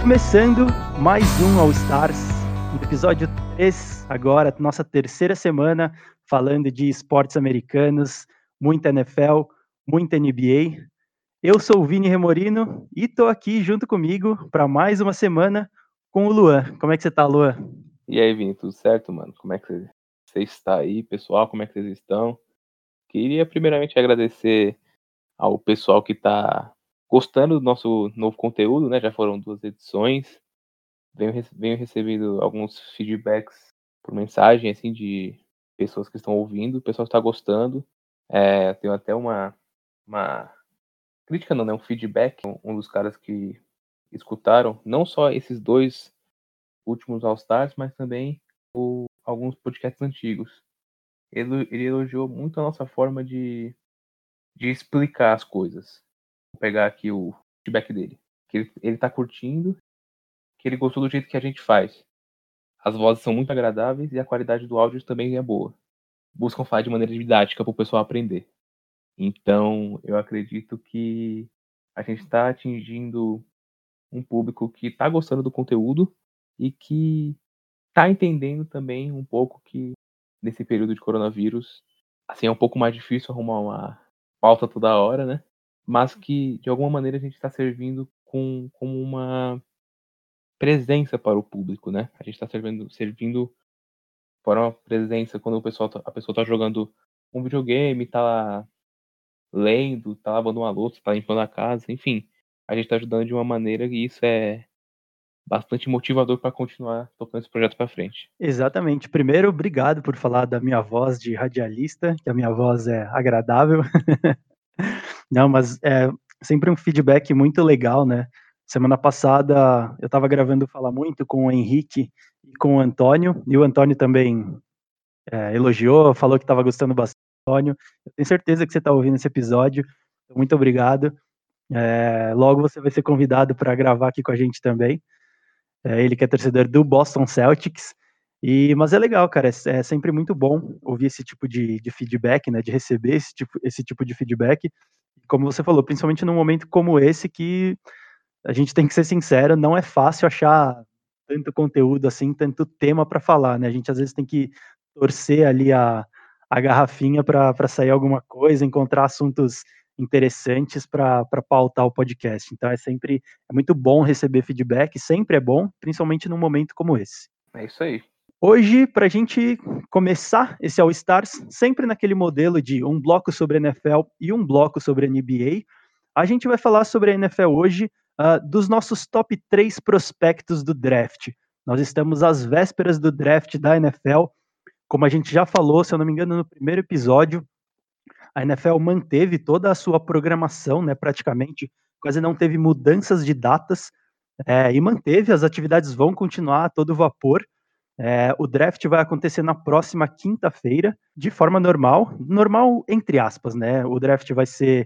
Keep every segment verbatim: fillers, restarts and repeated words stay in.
Começando mais um All Stars, no episódio três, agora, nossa terceira semana, falando de esportes americanos, muita N F L, muita N B A. Eu sou o Vini Remorino e tô aqui junto comigo para mais uma semana com o Luan. Como é que você tá, Luan? E aí, Vini, tudo certo, mano? Como é que você, você está aí, pessoal? Como é que vocês estão? Queria primeiramente agradecer ao pessoal que tá gostando do nosso novo conteúdo, né? Já foram duas edições. Venho, rece- venho recebendo alguns feedbacks por mensagem, assim, de pessoas que estão ouvindo. O pessoal está gostando. É, tenho até uma, uma crítica, não, né? Um feedback. Um, um dos caras que escutaram, não só esses dois últimos All Stars, mas também alguns podcasts antigos. Ele, ele elogiou muito a nossa forma de, de explicar as coisas. Vou pegar aqui o feedback dele. Que ele, ele tá curtindo, que ele gostou do jeito que a gente faz. As vozes são muito agradáveis e a qualidade do áudio também é boa. Buscam falar de maneira didática para o pessoal aprender. Então, eu acredito que a gente está atingindo um público que está gostando do conteúdo e que está entendendo também um pouco que nesse período de coronavírus, assim, é um pouco mais difícil arrumar uma pauta toda hora, né? Mas que, de alguma maneira, a gente está servindo com, como uma presença para o público, né? A gente está servindo, servindo para uma presença quando o pessoal tá- a pessoa está jogando um videogame, está lá lendo, está lavando uma louça, está limpando a casa, enfim. A gente está ajudando de uma maneira e isso é bastante motivador para continuar tocando esse projeto para frente. Exatamente. Primeiro, obrigado por falar da minha voz de radialista, que a minha voz é agradável. Não, mas é sempre um feedback muito legal, né? Semana passada eu estava gravando Fala Muito com o Henrique e com o Antônio, e o Antônio também é, elogiou, falou que estava gostando bastante do Antônio. Eu tenho certeza que você está ouvindo esse episódio, então, muito obrigado. É, logo você vai ser convidado para gravar aqui com a gente também. É, ele que é torcedor do Boston Celtics. E, mas é legal, cara, é, é sempre muito bom ouvir esse tipo de, de feedback, né, de receber esse tipo, esse tipo de feedback. Como você falou, principalmente num momento como esse que a gente tem que ser sincero, não é fácil achar tanto conteúdo assim, tanto tema para falar, né? A gente às vezes tem que torcer ali a, a garrafinha para sair alguma coisa, encontrar assuntos interessantes para pautar o podcast. Então é sempre é muito bom receber feedback, sempre é bom, principalmente num momento como esse. É isso aí. Hoje, para a gente começar esse All Stars, sempre naquele modelo de um bloco sobre N F L e um bloco sobre N B A, a gente vai falar sobre a N F L hoje, uh, dos nossos top três prospectos do draft. Nós estamos às vésperas do draft da N F L. Como a gente já falou, se eu não me engano, no primeiro episódio, a N F L manteve toda a sua programação, né, praticamente, quase não teve mudanças de datas, é, e manteve, as atividades vão continuar a todo vapor. É, o draft vai acontecer na próxima quinta-feira, de forma normal, normal entre aspas, né? O draft vai ser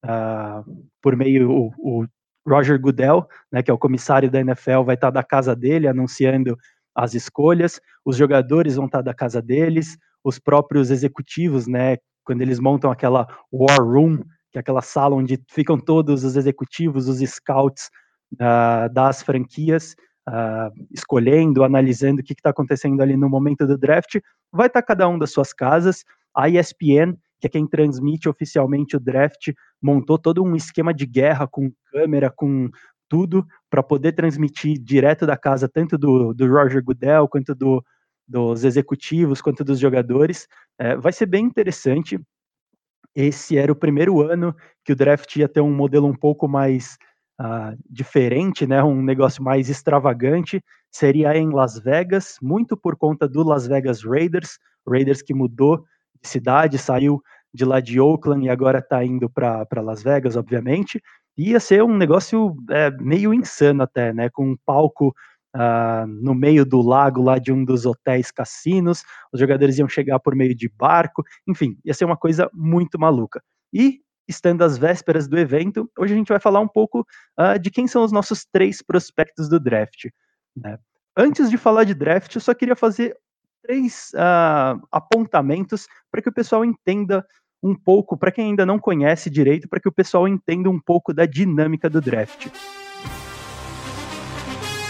uh, por meio o, o Roger Goodell, né, que é o comissário da N F L, vai estar da casa dele anunciando as escolhas, os jogadores vão estar da casa deles, os próprios executivos, né, quando eles montam aquela war room, que é aquela sala onde ficam todos os executivos, os scouts uh, das franquias, Uh, escolhendo, analisando o que está acontecendo ali no momento do draft, vai estar tá cada um das suas casas. A E S P N, que é quem transmite oficialmente o draft, montou todo um esquema de guerra com câmera, com tudo, para poder transmitir direto da casa, tanto do, do Roger Goodell, quanto do, dos executivos, quanto dos jogadores. É, vai ser bem interessante. Esse era o primeiro ano que o draft ia ter um modelo um pouco mais uh, diferente, né, um negócio mais extravagante, seria em Las Vegas, muito por conta do Las Vegas Raiders, Raiders que mudou de cidade, saiu de lá de Oakland e agora está indo para Las Vegas, obviamente. Ia ser um negócio é, meio insano até, né, com um palco uh, no meio do lago lá de um dos hotéis cassinos, os jogadores iam chegar por meio de barco, enfim, ia ser uma coisa muito maluca. E estando às vésperas do evento, hoje a gente vai falar um pouco uh, de quem são os nossos três prospectos do draft. Né? Antes de falar de draft, eu só queria fazer três uh, apontamentos para que o pessoal entenda um pouco, para quem ainda não conhece direito, para que o pessoal entenda um pouco da dinâmica do draft.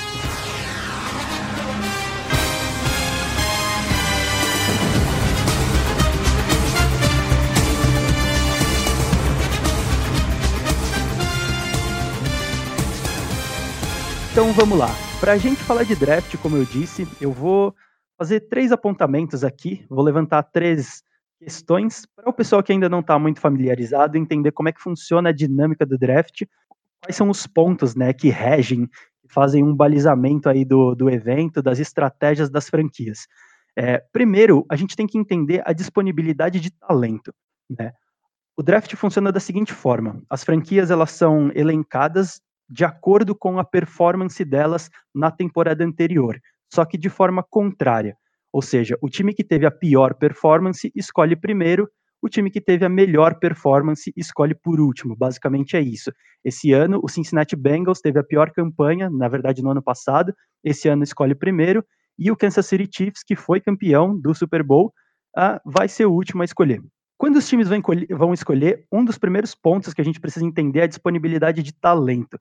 Então vamos lá. Para a gente falar de draft, como eu disse, eu vou fazer três apontamentos aqui, vou levantar três questões para o pessoal que ainda não está muito familiarizado entender como é que funciona a dinâmica do draft, quais são os pontos, né, que regem, que fazem um balizamento aí do, do evento, das estratégias das franquias. É, primeiro, a gente tem que entender a disponibilidade de talento, né? O draft funciona da seguinte forma: as franquias elas são elencadas de acordo com a performance delas na temporada anterior, só que de forma contrária. Ou seja, o time que teve a pior performance escolhe primeiro, o time que teve a melhor performance escolhe por último. Basicamente é isso. Esse ano, o Cincinnati Bengals teve a pior campanha, na verdade no ano passado, esse ano escolhe primeiro, e o Kansas City Chiefs, que foi campeão do Super Bowl, uh, vai ser o último a escolher. Quando os times vão, vão escolher, um dos primeiros pontos que a gente precisa entender é a disponibilidade de talento.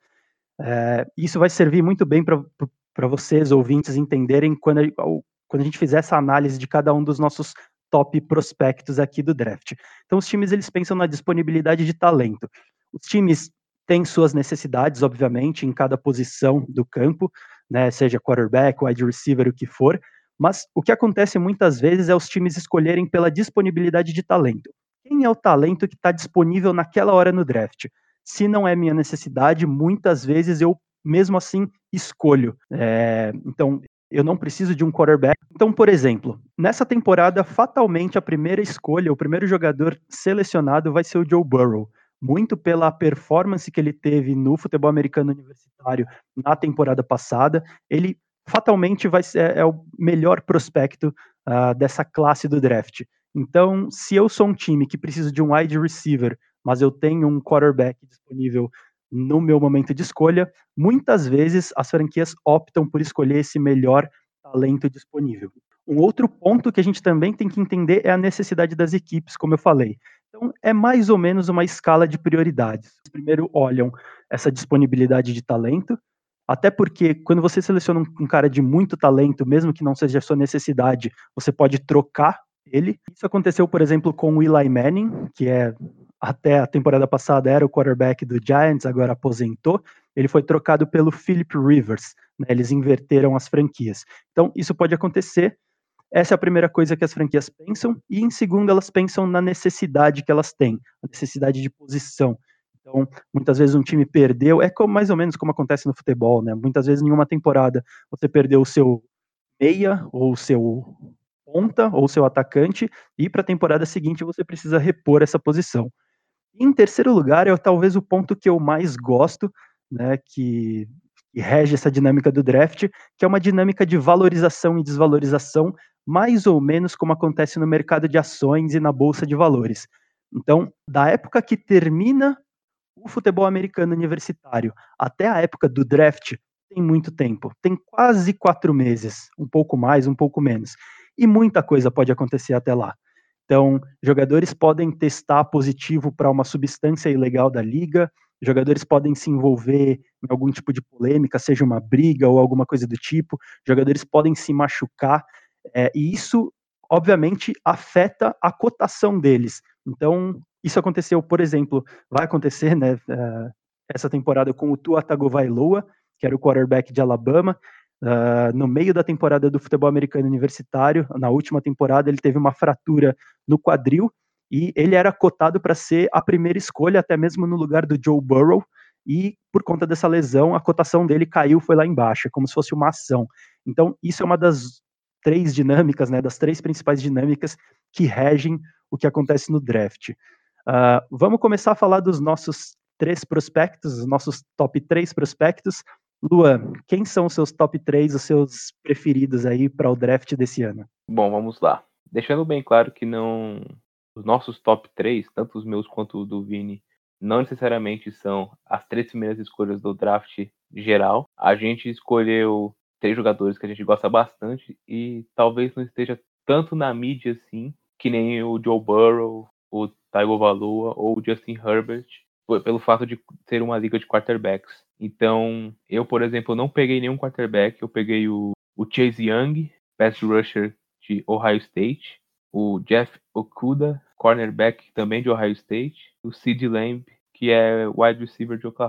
É, isso vai servir muito bem para vocês, ouvintes, entenderem quando a, quando a gente fizer essa análise de cada um dos nossos top prospectos aqui do draft. Então, os times eles pensam na disponibilidade de talento. Os times têm suas necessidades, obviamente, em cada posição do campo, né, seja quarterback, wide receiver, o que for, mas o que acontece muitas vezes é os times escolherem pela disponibilidade de talento. Quem é o talento que está disponível naquela hora no draft? Se não é minha necessidade, muitas vezes eu, mesmo assim, escolho. É, então, eu não preciso de um quarterback. Então, por exemplo, nessa temporada, fatalmente, a primeira escolha, o primeiro jogador selecionado vai ser o Joe Burrow. Muito pela performance que ele teve no futebol americano universitário na temporada passada. Ele fatalmente vai ser é o melhor prospecto uh, dessa classe do draft. Então, se eu sou um time que precisa de um wide receiver, mas eu tenho um quarterback disponível no meu momento de escolha, muitas vezes as franquias optam por escolher esse melhor talento disponível. Um outro ponto que a gente também tem que entender é a necessidade das equipes, como eu falei. Então, é mais ou menos uma escala de prioridades. Primeiro olham essa disponibilidade de talento, até porque quando você seleciona um, um cara de muito talento, mesmo que não seja a sua necessidade, você pode trocar ele. Isso aconteceu, por exemplo, com o Eli Manning, que é até a temporada passada era o quarterback do Giants, agora aposentou. Ele foi trocado pelo Philip Rivers, né? Eles inverteram as franquias. Então, isso pode acontecer. Essa é a primeira coisa que as franquias pensam. E, em segundo, elas pensam na necessidade que elas têm, a necessidade de posição. Então, muitas vezes um time perdeu, é como, mais ou menos como acontece no futebol, né? Muitas vezes em uma temporada você perdeu o seu meia ou o seu ponta ou o seu atacante e para a temporada seguinte você precisa repor essa posição. Em terceiro lugar, é talvez o ponto que eu mais gosto, né, que, que rege essa dinâmica do draft, que é uma dinâmica de valorização e desvalorização, mais ou menos como acontece no mercado de ações e na bolsa de valores. Então, da época que termina o futebol americano universitário até a época do draft, tem muito tempo. Tem quase quatro meses, um pouco mais, um pouco menos. E muita coisa pode acontecer até lá. Então, jogadores podem testar positivo para uma substância ilegal da liga, jogadores podem se envolver em algum tipo de polêmica, seja uma briga ou alguma coisa do tipo, jogadores podem se machucar, é, e isso, obviamente, afeta a cotação deles. Então, isso aconteceu, por exemplo, vai acontecer, né, uh, essa temporada com o Tua Tagovailoa, que era o quarterback de Alabama. Uh, no meio da temporada do futebol americano universitário, na última temporada, ele teve uma fratura no quadril e ele era cotado para ser a primeira escolha, até mesmo no lugar do Joe Burrow, e por conta dessa lesão, a cotação dele caiu, foi lá embaixo, é como se fosse uma ação. Então, isso é uma das três dinâmicas, né, das três principais dinâmicas que regem o que acontece no draft. Uh, vamos começar a falar dos nossos três prospectos, os nossos top três prospectos. Luan, quem são os seus top três, os seus preferidos aí para o draft desse ano? Bom, vamos lá. Deixando bem claro que não, os nossos top três, tanto os meus quanto o do Vini, não necessariamente são as três primeiras escolhas do draft geral. A gente escolheu três jogadores que a gente gosta bastante e talvez não esteja tanto na mídia assim, que nem o Joe Burrow, o Tagovailoa ou o Justin Herbert, pelo fato de ser uma liga de quarterbacks. Então, eu, por exemplo, não peguei nenhum quarterback, eu peguei o, o Chase Young, pass rusher de Ohio State, o Jeff Okuda, cornerback também de Ohio State, o CeeDee Lamb, que é wide receiver de Oklahoma.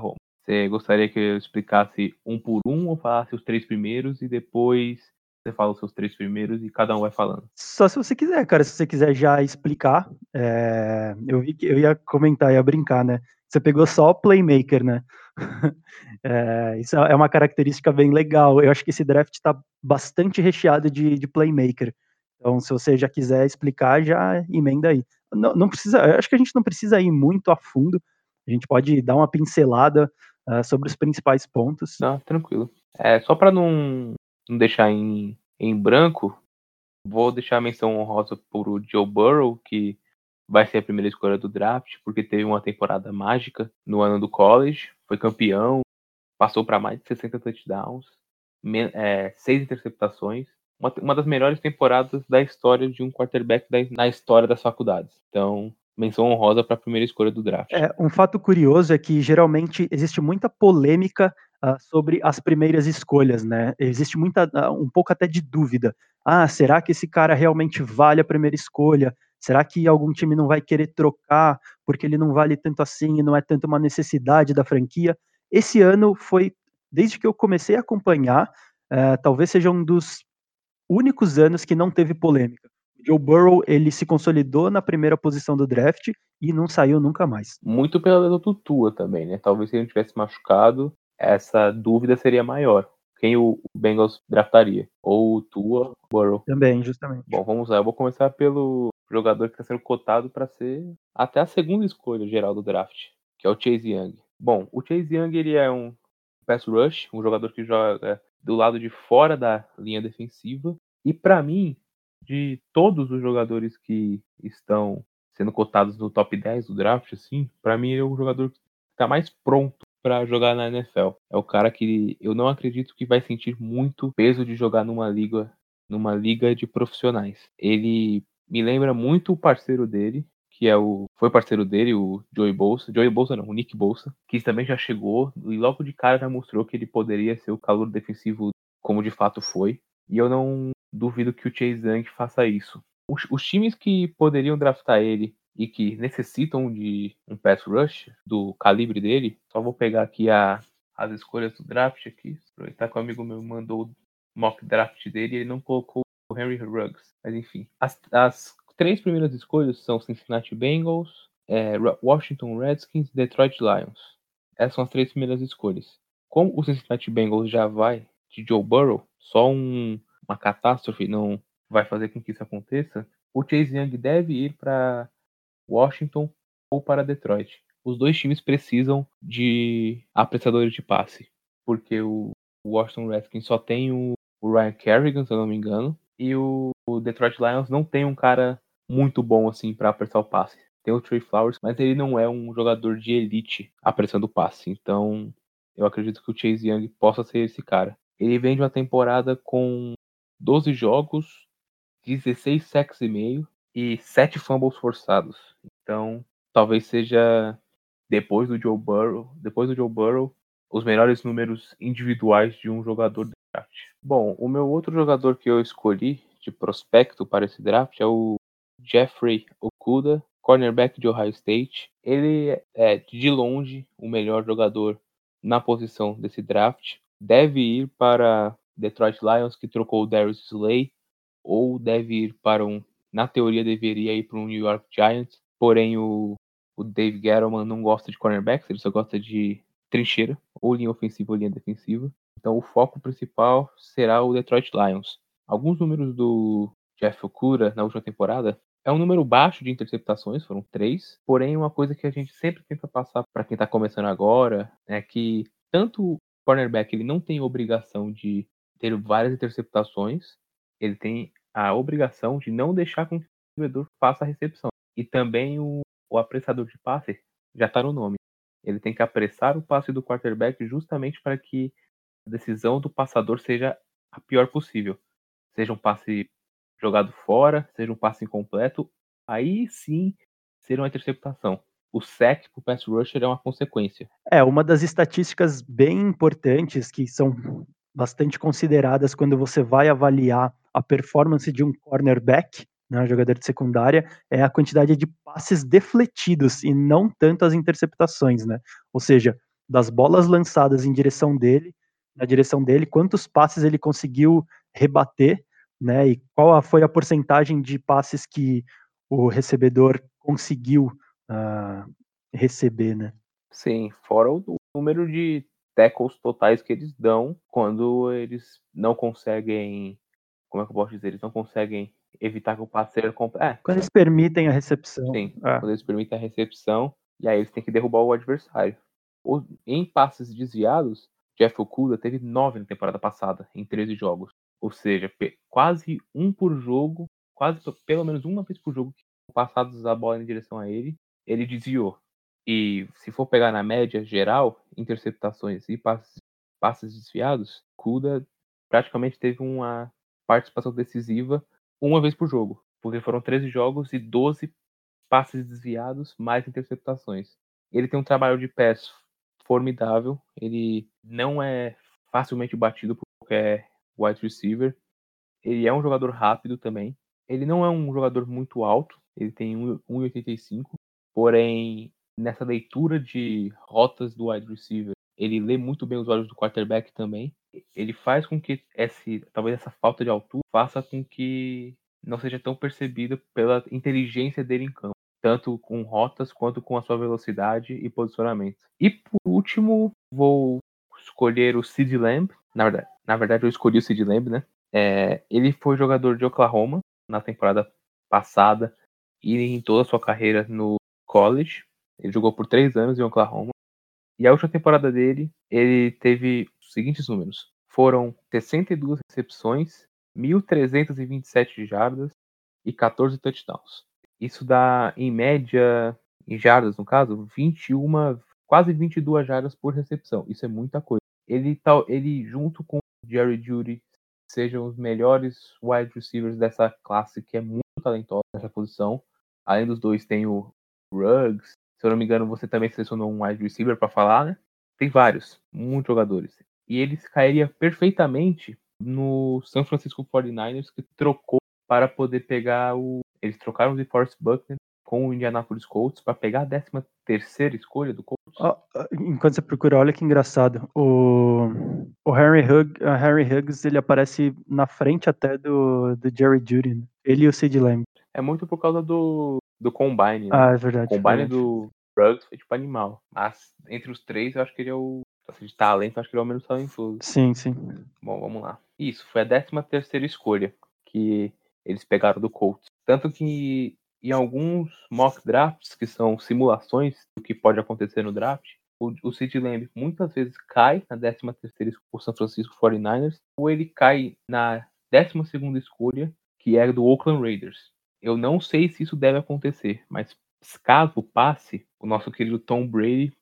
Você gostaria que eu explicasse um por um ou falasse os três primeiros e depois você fala os seus três primeiros e cada um vai falando? Só se você quiser, cara. Se você quiser já explicar, eh, eu vi que eu ia comentar, ia brincar, né. Você pegou só o playmaker, né. Eh, isso é uma característica bem legal. Eu acho que esse draft tá bastante recheado de de playmaker. Então se você já quiser explicar, já emenda aí. Não não precisa eu acho que a gente não precisa ir muito a fundo, a gente pode dar uma pincelada, hã, sobre os principais pontos. Não, tranquilo. É, só pra não não deixar em em branco, vou deixar a menção honrosa para o Joe Burrow, que vai ser a primeira escolha do draft, porque teve uma temporada mágica no ano do college, foi campeão, passou para mais de sessenta touchdowns, me eh, seis interceptações, uma uma das melhores temporadas da história de um quarterback da na história das faculdades. Então, menção honrosa para a primeira escolha do draft. É, um fato curioso é que geralmente existe muita polêmica, hã, sobre as primeiras escolhas, né. Existe muita hã, um pouco até de dúvida. "Ah, será que esse cara realmente vale a primeira escolha? Será que algum time não vai querer trocar, porque ele não vale tanto assim e não é tanto uma necessidade da franquia?" Esse ano foi desde que eu comecei a acompanhar, eh, talvez seja um dos únicos anos que não teve polêmica. O Joe Burrow, ele se consolidou na primeira posição do draft e não saiu nunca mais. Muito pela lesão do Tua também, né, talvez se ele não tivesse machucado, essa dúvida seria maior. Quem o Bengals draftaria? Ou o Tua ou Burrow. Também, justamente. Bom, vamos lá, eu vou começar pelo jogador que está sendo cotado para ser até a segunda escolha geral do draft, que é o Chase Young. Bom, o Chase Young ele é um pass rush, um jogador que joga do lado de fora da linha defensiva, e para mim, de todos os jogadores que estão sendo cotados no top dez do draft, assim, para mim ele é o jogador que tá mais pronto para jogar na N F L. É o cara que eu não acredito que vai sentir muito peso de jogar numa liga numa liga de profissionais. Ele me lembra muito o parceiro dele, que é o foi parceiro dele, o Joey Bosa. Joey Bosa não, o Nick Bosa, que também já chegou e logo de cara já mostrou que ele poderia ser o calouro defensivo como de fato foi. E eu não duvido que o Chase Young faça isso. Os, os times que poderiam draftar ele e que necessitam de um pass rush do calibre dele, só vou pegar aqui a, as escolhas do draft aqui, aproveitar que o amigo meu mandou mock draft dele e ele não colocou o Henry Ruggs. Mas enfim, as, as três primeiras escolhas são Cincinnati Bengals, é, Washington Redskins e Detroit Lions. Essas são as três primeiras escolhas. Como o Cincinnati Bengals já vai de Joe Burrow, só um, uma catástrofe não vai fazer com que isso aconteça, o Chase Young deve ir para Washington ou para Detroit. Os dois times precisam de apressadores de passe, porque o Washington Redskins só tem o o Ryan Kerrigan, se eu não me engano, e o, o Detroit Lions não tem um cara muito bom assim para apressar o passe. Tem o Trey Flowers, mas ele não é um jogador de elite apressando o passe. Então, eu acredito que o Chase Young possa ser esse cara. Ele vem de uma temporada com doze jogos, dezesseis sacks e meio e sete fumbles forçados. Então, talvez seja depois do Joe Burrow, depois do Joe Burrow, os melhores números individuais de um jogador do draft. Bom, o meu outro jogador que eu escolhi de prospecto para esse draft é o Jeffrey Okuda, cornerback de Ohio State. Ele é de longe o melhor jogador na posição desse draft. Deve ir para Detroit Lions, que trocou o Darius Slay, ou deve ir para um, na teoria deveria ir para um New York Giants, porém o, o Dave Gettleman não gosta de cornerbacks, ele só gosta de trincheira, ou linha ofensiva ou linha defensiva. Então o foco principal será o Detroit Lions. Alguns números do Jeff Okuda na última temporada é um número baixo de interceptações, foram três, porém uma coisa que a gente sempre tenta passar para quem está começando agora é que tanto o cornerback ele não tem obrigação de ter várias interceptações, ele tem a obrigação de não deixar com que o recebedor faça a recepção. E também o, o apressador de passe já está no nome. Ele tem que apressar o passe do quarterback justamente para que a decisão do passador seja a pior possível. Seja um passe jogado fora, seja um passe incompleto, aí sim ser uma interceptação. O sack para o pass rusher é uma consequência. É, uma das estatísticas bem importantes que são bastante consideradas quando você vai avaliar a performance de um cornerback, né, jogador de secundária, é a quantidade de passes defletidos e não tanto as interceptações, né. Ou seja, das bolas lançadas em direção dele, na direção dele, quantos passes ele conseguiu rebater, né? E qual a, foi a porcentagem de passes que o recebedor conseguiu uh, receber, né? Sim, fora o número de tackles totais que eles dão quando eles não conseguem, como é que eu posso dizer, eles não conseguem evitar que o passe seja completo. É, quando eles permitem a recepção. Sim, é. quando eles permitem a recepção, e aí eles têm que derrubar o adversário. O, em passes desviados, Jeff Okudah teve nove na temporada passada, em treze jogos. Ou seja, quase um por jogo, quase pelo menos uma vez por jogo que passados a bola em direção a ele, ele desviou. E se for pegar na média geral, interceptações e passes, passes desviados, Okudah praticamente teve uma participação decisiva uma vez por jogo. Porque foram treze jogos e doze passes desviados, mais interceptações. Ele tem um trabalho de pés formidável, ele não é facilmente batido por qualquer wide receiver, ele é um jogador rápido também, ele não é um jogador muito alto, ele tem um e oitenta e cinco, porém, nessa leitura de rotas do wide receiver, ele lê muito bem os olhos do quarterback também, ele faz com que esse, talvez essa falta de altura faça com que não seja tão percebida pela inteligência dele em campo, tanto com rotas quanto com a sua velocidade e posicionamento. E por último, vou escolher o CeeDee Lamb. Na verdade, na verdade eu escolhi o CeeDee Lamb, né? É, ele foi jogador de Oklahoma na temporada passada e em toda a sua carreira no college. Ele jogou por três anos em Oklahoma. E a última temporada dele, ele teve os seguintes números. Foram sessenta e duas recepções, mil trezentos e vinte e sete jardas e quatorze touchdowns. Isso dá, em média, em jardas no caso, vinte e uma, quase vinte e duas jardas por recepção. Isso é muita coisa. Ele, ele junto com o Jerry Jeudy, sejam os melhores wide receivers dessa classe, que é muito talentosa nessa posição. Além dos dois, tem o Ruggs. Se eu não me engano, você também selecionou um wide receiver para falar, né? Tem vários, muitos jogadores. E ele cairia perfeitamente no San Francisco forty-niners, que trocou para poder pegar o... Eles trocaram o DeForest Buckner com o Indianapolis Colts para pegar a décima terceira escolha do Colts. Oh, enquanto você procura, olha que engraçado. O, o Henry, Hugg, uh, Henry Huggs, ele aparece na frente até do, do Jerry Jeudy, né? Ele e o CeeDee Lamb. É muito por causa do, do Combine, né? Ah, é verdade. O Combine verdade. do Ruggs foi tipo animal. Mas entre os três, eu acho que ele é o... Assim, de talento, eu acho que ele é o menos talentoso. Sim, sim. Bom, vamos lá. Isso, foi a décima terceira escolha que eles pegaram do Colts. Tanto que em alguns mock drafts, que são simulações do que pode acontecer no draft, o, o CeeDee Lamb muitas vezes cai na décima terceira escolha por San Francisco forty-niners, ou ele cai na décima segunda escolha, que é do Oakland Raiders. Eu não sei se isso deve acontecer, mas caso passe, o nosso querido Tom Brady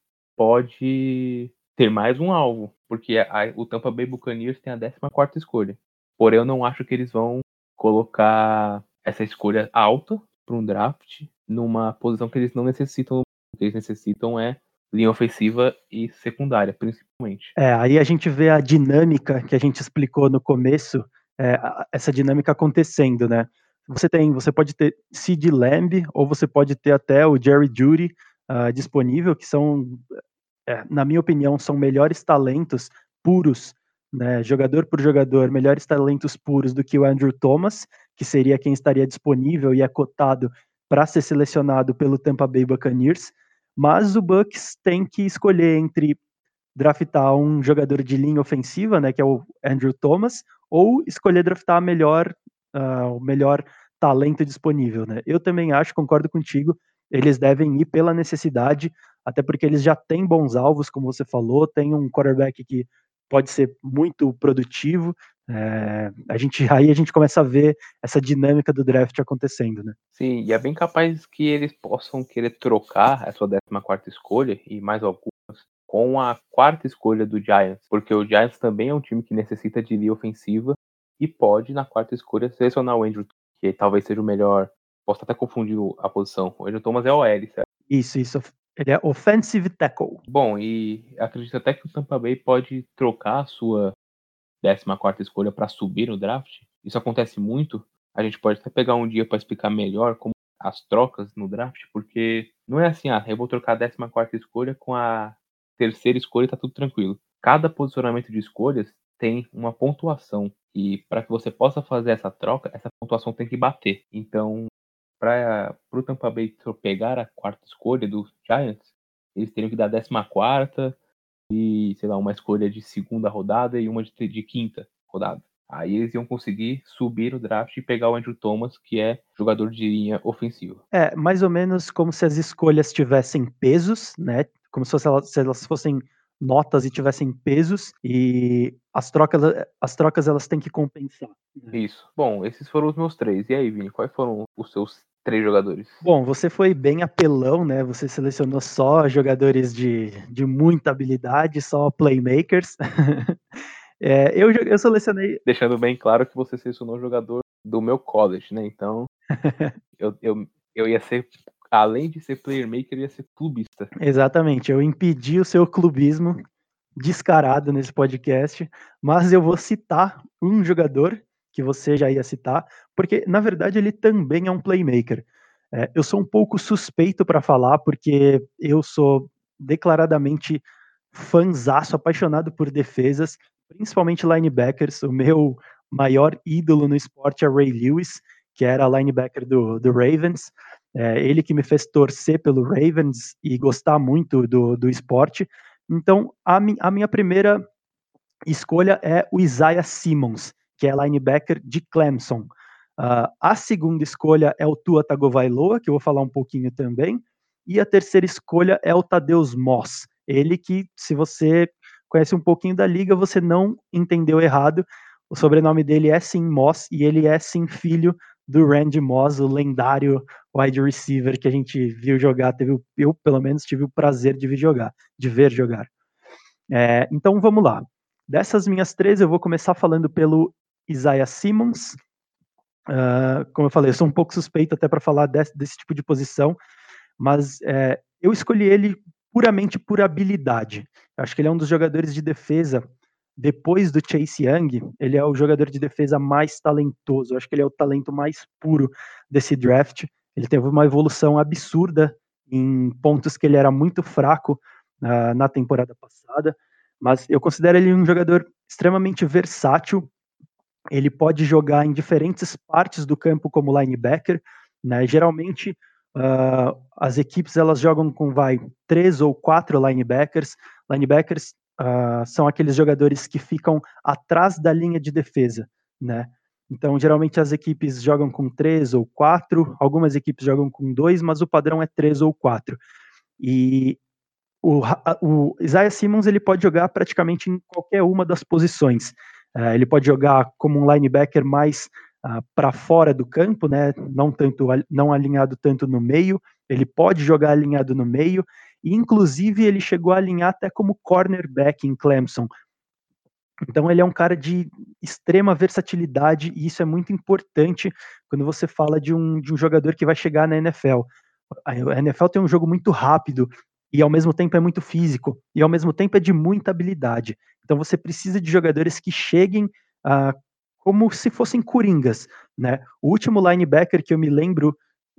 pode ter mais um alvo, porque a, o Tampa Bay Buccaneers tem a décima quarta escolha. Porém, eu não acho que eles vão colocar essa escolha alta para um draft numa posição que eles não necessitam. O que eles necessitam é linha ofensiva e secundária, principalmente. É, aí a gente vê a dinâmica que a gente explicou no começo, é, essa dinâmica acontecendo, né? Você tem, você pode ter CeeDee Lamb ou você pode ter até o Jerry Jeudy uh, disponível, que são, é, na minha opinião, são melhores talentos puros, né? Jogador por jogador, melhores talentos puros do que o Andrew Thomas, que seria quem estaria disponível e é cotado para ser selecionado pelo Tampa Bay Buccaneers. Mas o Bucks tem que escolher entre draftar um jogador de linha ofensiva, né, que é o Andrew Thomas, ou escolher draftar a melhor, uh, o melhor talento disponível, né? Eu também acho, concordo contigo, eles devem ir pela necessidade, até porque eles já têm bons alvos, como você falou, tem um quarterback que pode ser muito produtivo. É, a gente aí a gente começa a ver essa dinâmica do draft acontecendo, né? Sim, e é bem capaz que eles possam querer trocar a sua décima quarta escolha e mais algumas com a quarta escolha do Giants, porque o Giants também é um time que necessita de linha ofensiva e pode, na quarta escolha, selecionar o Andrew, que talvez seja o melhor. Posso até confundir a posição. O Andrew Thomas é O L, certo? Isso, isso. Ele é offensive tackle. Bom, e acredito até que o Tampa Bay pode trocar a sua décima quarta escolha para subir no draft. Isso acontece muito. A gente pode até pegar um dia para explicar melhor como as trocas no draft, porque não é assim, ah, eu vou trocar a décima quarta escolha com a terceira escolha tá tudo tranquilo. Cada posicionamento de escolhas tem uma pontuação e para que você possa fazer essa troca, essa pontuação tem que bater. Então, para o Tampa Bay pegar a quarta escolha do Giants, eles teriam que dar a décima quarta e, sei lá, uma escolha de segunda rodada e uma de, de quinta rodada. Aí eles iam conseguir subir o draft e pegar o Andrew Thomas, que é jogador de linha ofensiva. É, mais ou menos como se as escolhas tivessem pesos, né? Como se, fosse elas, se elas fossem notas e tivessem pesos, e as trocas, as trocas elas têm que compensar. Né? Isso. Bom, esses foram os meus três. E aí, Vini, quais foram os seus três jogadores? Bom, você foi bem apelão, né? Você selecionou só jogadores de, de muita habilidade, só playmakers. é, eu, eu selecionei. Deixando bem claro que você selecionou um jogador do meu college, né? Então, eu, eu, eu ia ser, além de ser playmaker, eu ia ser clubista. Exatamente, eu impedi o seu clubismo descarado nesse podcast, mas eu vou citar um jogador que você já ia citar, porque na verdade ele também é um playmaker. É, eu sou um pouco suspeito para falar, porque eu sou declaradamente fanzaço, apaixonado por defesas, principalmente linebackers. O meu maior ídolo no esporte é Ray Lewis, que era linebacker do, do Ravens. É, ele que me fez torcer pelo Ravens e gostar muito do, do esporte. Então, a, mi, a minha primeira escolha é o Isaiah Simmons, que é linebacker de Clemson. Uh, a segunda escolha é o Tua Tagovailoa, que eu vou falar um pouquinho também. E a terceira escolha é o Thaddeus Moss. Ele que, se você conhece um pouquinho da liga, você não entendeu errado. O sobrenome dele é sim Moss e ele é sim filho do Randy Moss, o lendário wide receiver que a gente viu jogar. Teve, eu, pelo menos, tive o prazer de ver jogar. De ver jogar. É, então, vamos lá. Dessas minhas três, eu vou começar falando pelo Isaiah Simmons. Uh, como eu falei, eu sou um pouco suspeito até para falar desse, desse, tipo de posição, mas é, eu escolhi ele puramente por habilidade. Eu acho que ele é um dos jogadores de defesa, depois do Chase Young, ele é o jogador de defesa mais talentoso. Eu acho que ele é o talento mais puro desse draft. Ele teve uma evolução absurda em pontos que ele era muito fraco uh, na temporada passada, mas eu considero ele um jogador extremamente versátil. Ele pode jogar em diferentes partes do campo como linebacker, né? Geralmente uh, as equipes elas jogam com vai três ou quatro linebackers. Linebackers uh, são aqueles jogadores que ficam atrás da linha de defesa, né? Então geralmente as equipes jogam com três ou quatro, algumas equipes jogam com dois, mas o padrão é três ou quatro. E o, o Isaiah Simmons ele pode jogar praticamente em qualquer uma das posições. Uh, ele pode jogar como um linebacker mais uh, para fora do campo, né? Não tanto, não alinhado tanto no meio. Ele pode jogar alinhado no meio. E inclusive ele chegou a alinhar até como cornerback em Clemson. Então ele é um cara de extrema versatilidade e isso é muito importante quando você fala de um, de um jogador que vai chegar na N F L. A N F L tem um jogo muito rápido e ao mesmo tempo é muito físico e ao mesmo tempo é de muita habilidade. Então você precisa de jogadores que cheguem uh, como se fossem coringas, né? O último linebacker que eu me lembro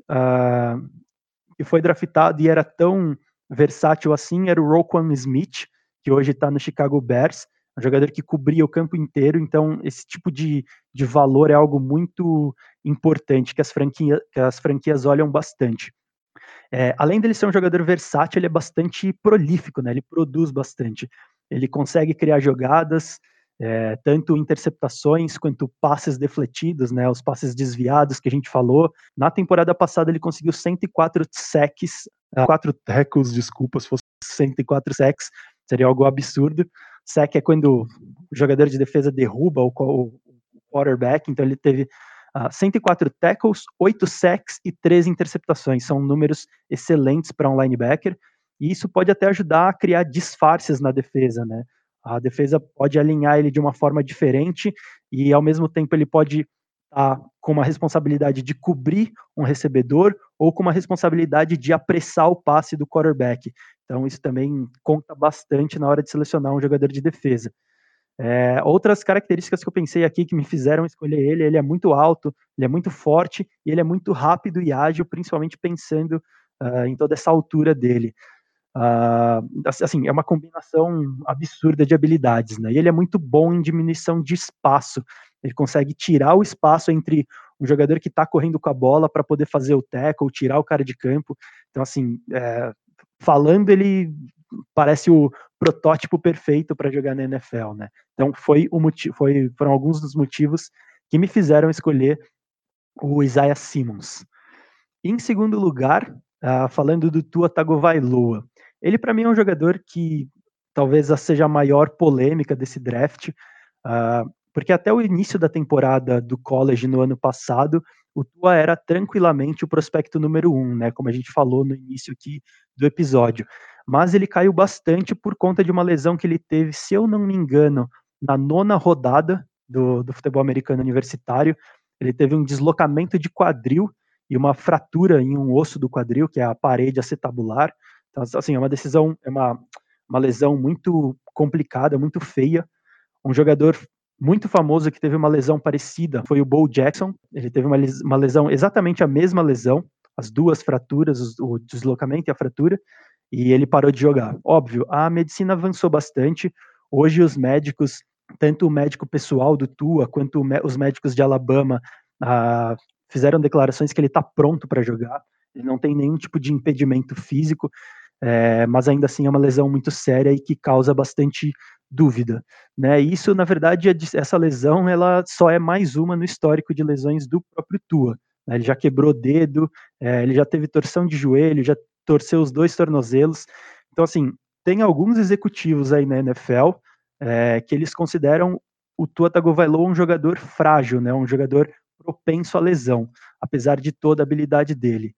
uh, que foi draftado e era tão versátil assim era o Roquan Smith, que hoje está no Chicago Bears, um jogador que cobria o campo inteiro. Então esse tipo de, de valor é algo muito importante que as, franquia, que as franquias olham bastante. É, além dele ser um jogador versátil, ele é bastante prolífico, né? Ele produz bastante. Ele consegue criar jogadas, é, tanto interceptações quanto passes defletidos, né? Os passes desviados que a gente falou. Na temporada passada ele conseguiu cento e quatro sacks, quatro tackles, desculpa, se fosse cento e quatro sacks, seria algo absurdo. Sack é quando o jogador de defesa derruba o, o quarterback, então ele teve Uh, cento e quatro tackles, oito sacks e três interceptações. São números excelentes para um linebacker, e isso pode até ajudar a criar disfarces na defesa, né? A defesa pode alinhar ele de uma forma diferente e, ao mesmo tempo, ele pode estar tá com uma responsabilidade de cobrir um recebedor ou com uma responsabilidade de apressar o passe do quarterback. Então, isso também conta bastante na hora de selecionar um jogador de defesa. É, outras características que eu pensei aqui que me fizeram escolher ele, ele é muito alto, ele é muito forte e ele é muito rápido e ágil, principalmente pensando uh, em toda essa altura dele. Uh, assim, é uma combinação absurda de habilidades, né? E ele é muito bom em diminuição de espaço. Ele consegue tirar o espaço entre um jogador que está correndo com a bola para poder fazer o tackle, tirar o cara de campo. Então, assim, é, falando, ele parece o protótipo perfeito para jogar na N F L, né? Então, foi o motivo, foi, foram alguns dos motivos que me fizeram escolher o Isaiah Simmons. Em segundo lugar, uh, falando do Tua Tagovailoa, ele para mim é um jogador que talvez seja a maior polêmica desse draft, uh, porque até o início da temporada do college no ano passado, o Tua era tranquilamente o prospecto número um, né, como a gente falou no início aqui do episódio. Mas ele caiu bastante por conta de uma lesão que ele teve, se eu não me engano, na nona rodada do, do futebol americano universitário. Ele teve um deslocamento de quadril e uma fratura em um osso do quadril, que é a parede acetabular. Então, assim, é uma decisão, é uma, uma lesão muito complicada, muito feia. Um jogador muito famoso que teve uma lesão parecida foi o Bo Jackson. Ele teve uma, uma lesão, exatamente a mesma lesão, as duas fraturas, o deslocamento e a fratura, e ele parou de jogar. Óbvio, a medicina avançou bastante. Hoje os médicos, tanto o médico pessoal do Tua, quanto os médicos de Alabama, ah, fizeram declarações que ele está pronto para jogar. Ele não tem nenhum tipo de impedimento físico, é, mas ainda assim é uma lesão muito séria e que causa bastante dúvida, né? Isso, na verdade, essa lesão ela só é mais uma no histórico de lesões do próprio Tua. Né? Ele já quebrou dedo, é, ele já teve torção de joelho, já torceu os dois tornozelos. Então, assim, tem alguns executivos aí na N F L é, que eles consideram o Tua Tagovailoa um jogador frágil, né? Um jogador propenso à lesão, apesar de toda a habilidade dele.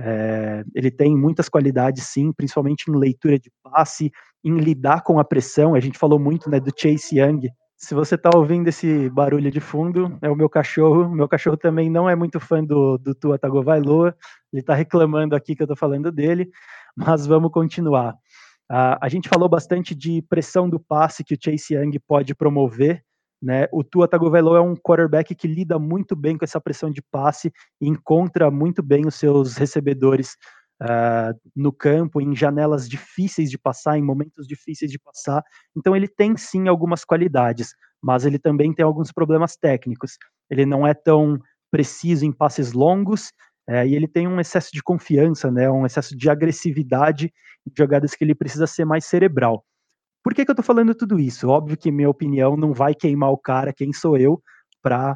É, ele tem muitas qualidades, sim, principalmente em leitura de passe, em lidar com a pressão. A gente falou muito, né, do Chase Young. Se você está ouvindo esse barulho de fundo, é o meu cachorro. O meu cachorro também não é muito fã do, do Tua Tagovailoa. Ele está reclamando aqui que eu estou falando dele, mas vamos continuar. Uh, a gente falou bastante de pressão do passe que o Chase Young pode promover. Né? O Tua Tagovailoa é um quarterback que lida muito bem com essa pressão de passe e encontra muito bem os seus recebedores uh, no campo, em janelas difíceis de passar, em momentos difíceis de passar. Então ele tem sim algumas qualidades, mas ele também tem alguns problemas técnicos. Ele não é tão preciso em passes longos é, e ele tem um excesso de confiança, né? Um excesso de agressividade em jogadas que ele precisa ser mais cerebral. Por que que eu tô falando tudo isso? Óbvio que minha opinião não vai queimar o cara, quem sou eu para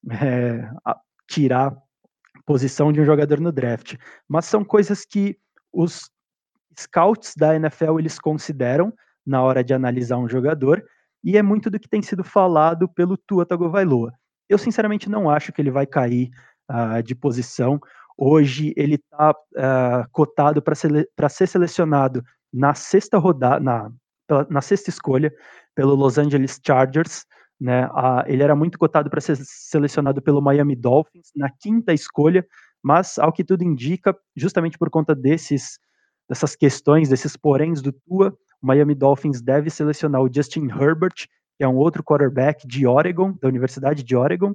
é, tirar posição de um jogador no draft. Mas são coisas que os scouts da N F L eles consideram na hora de analisar um jogador, e é muito do que tem sido falado pelo Tua Tagovailoa. Eu sinceramente não acho que ele vai cair uh, de posição. Hoje ele está uh, cotado para sele ser selecionado na sexta rodada, na na sexta escolha pelo Los Angeles Chargers, né? Ah, ele era muito cotado para ser selecionado pelo Miami Dolphins na quinta escolha, mas ao que tudo indica, justamente por conta desses dessas questões, desses poréns do Tua, o Miami Dolphins deve selecionar o Justin Herbert, que é um outro quarterback de Oregon, da Universidade de Oregon,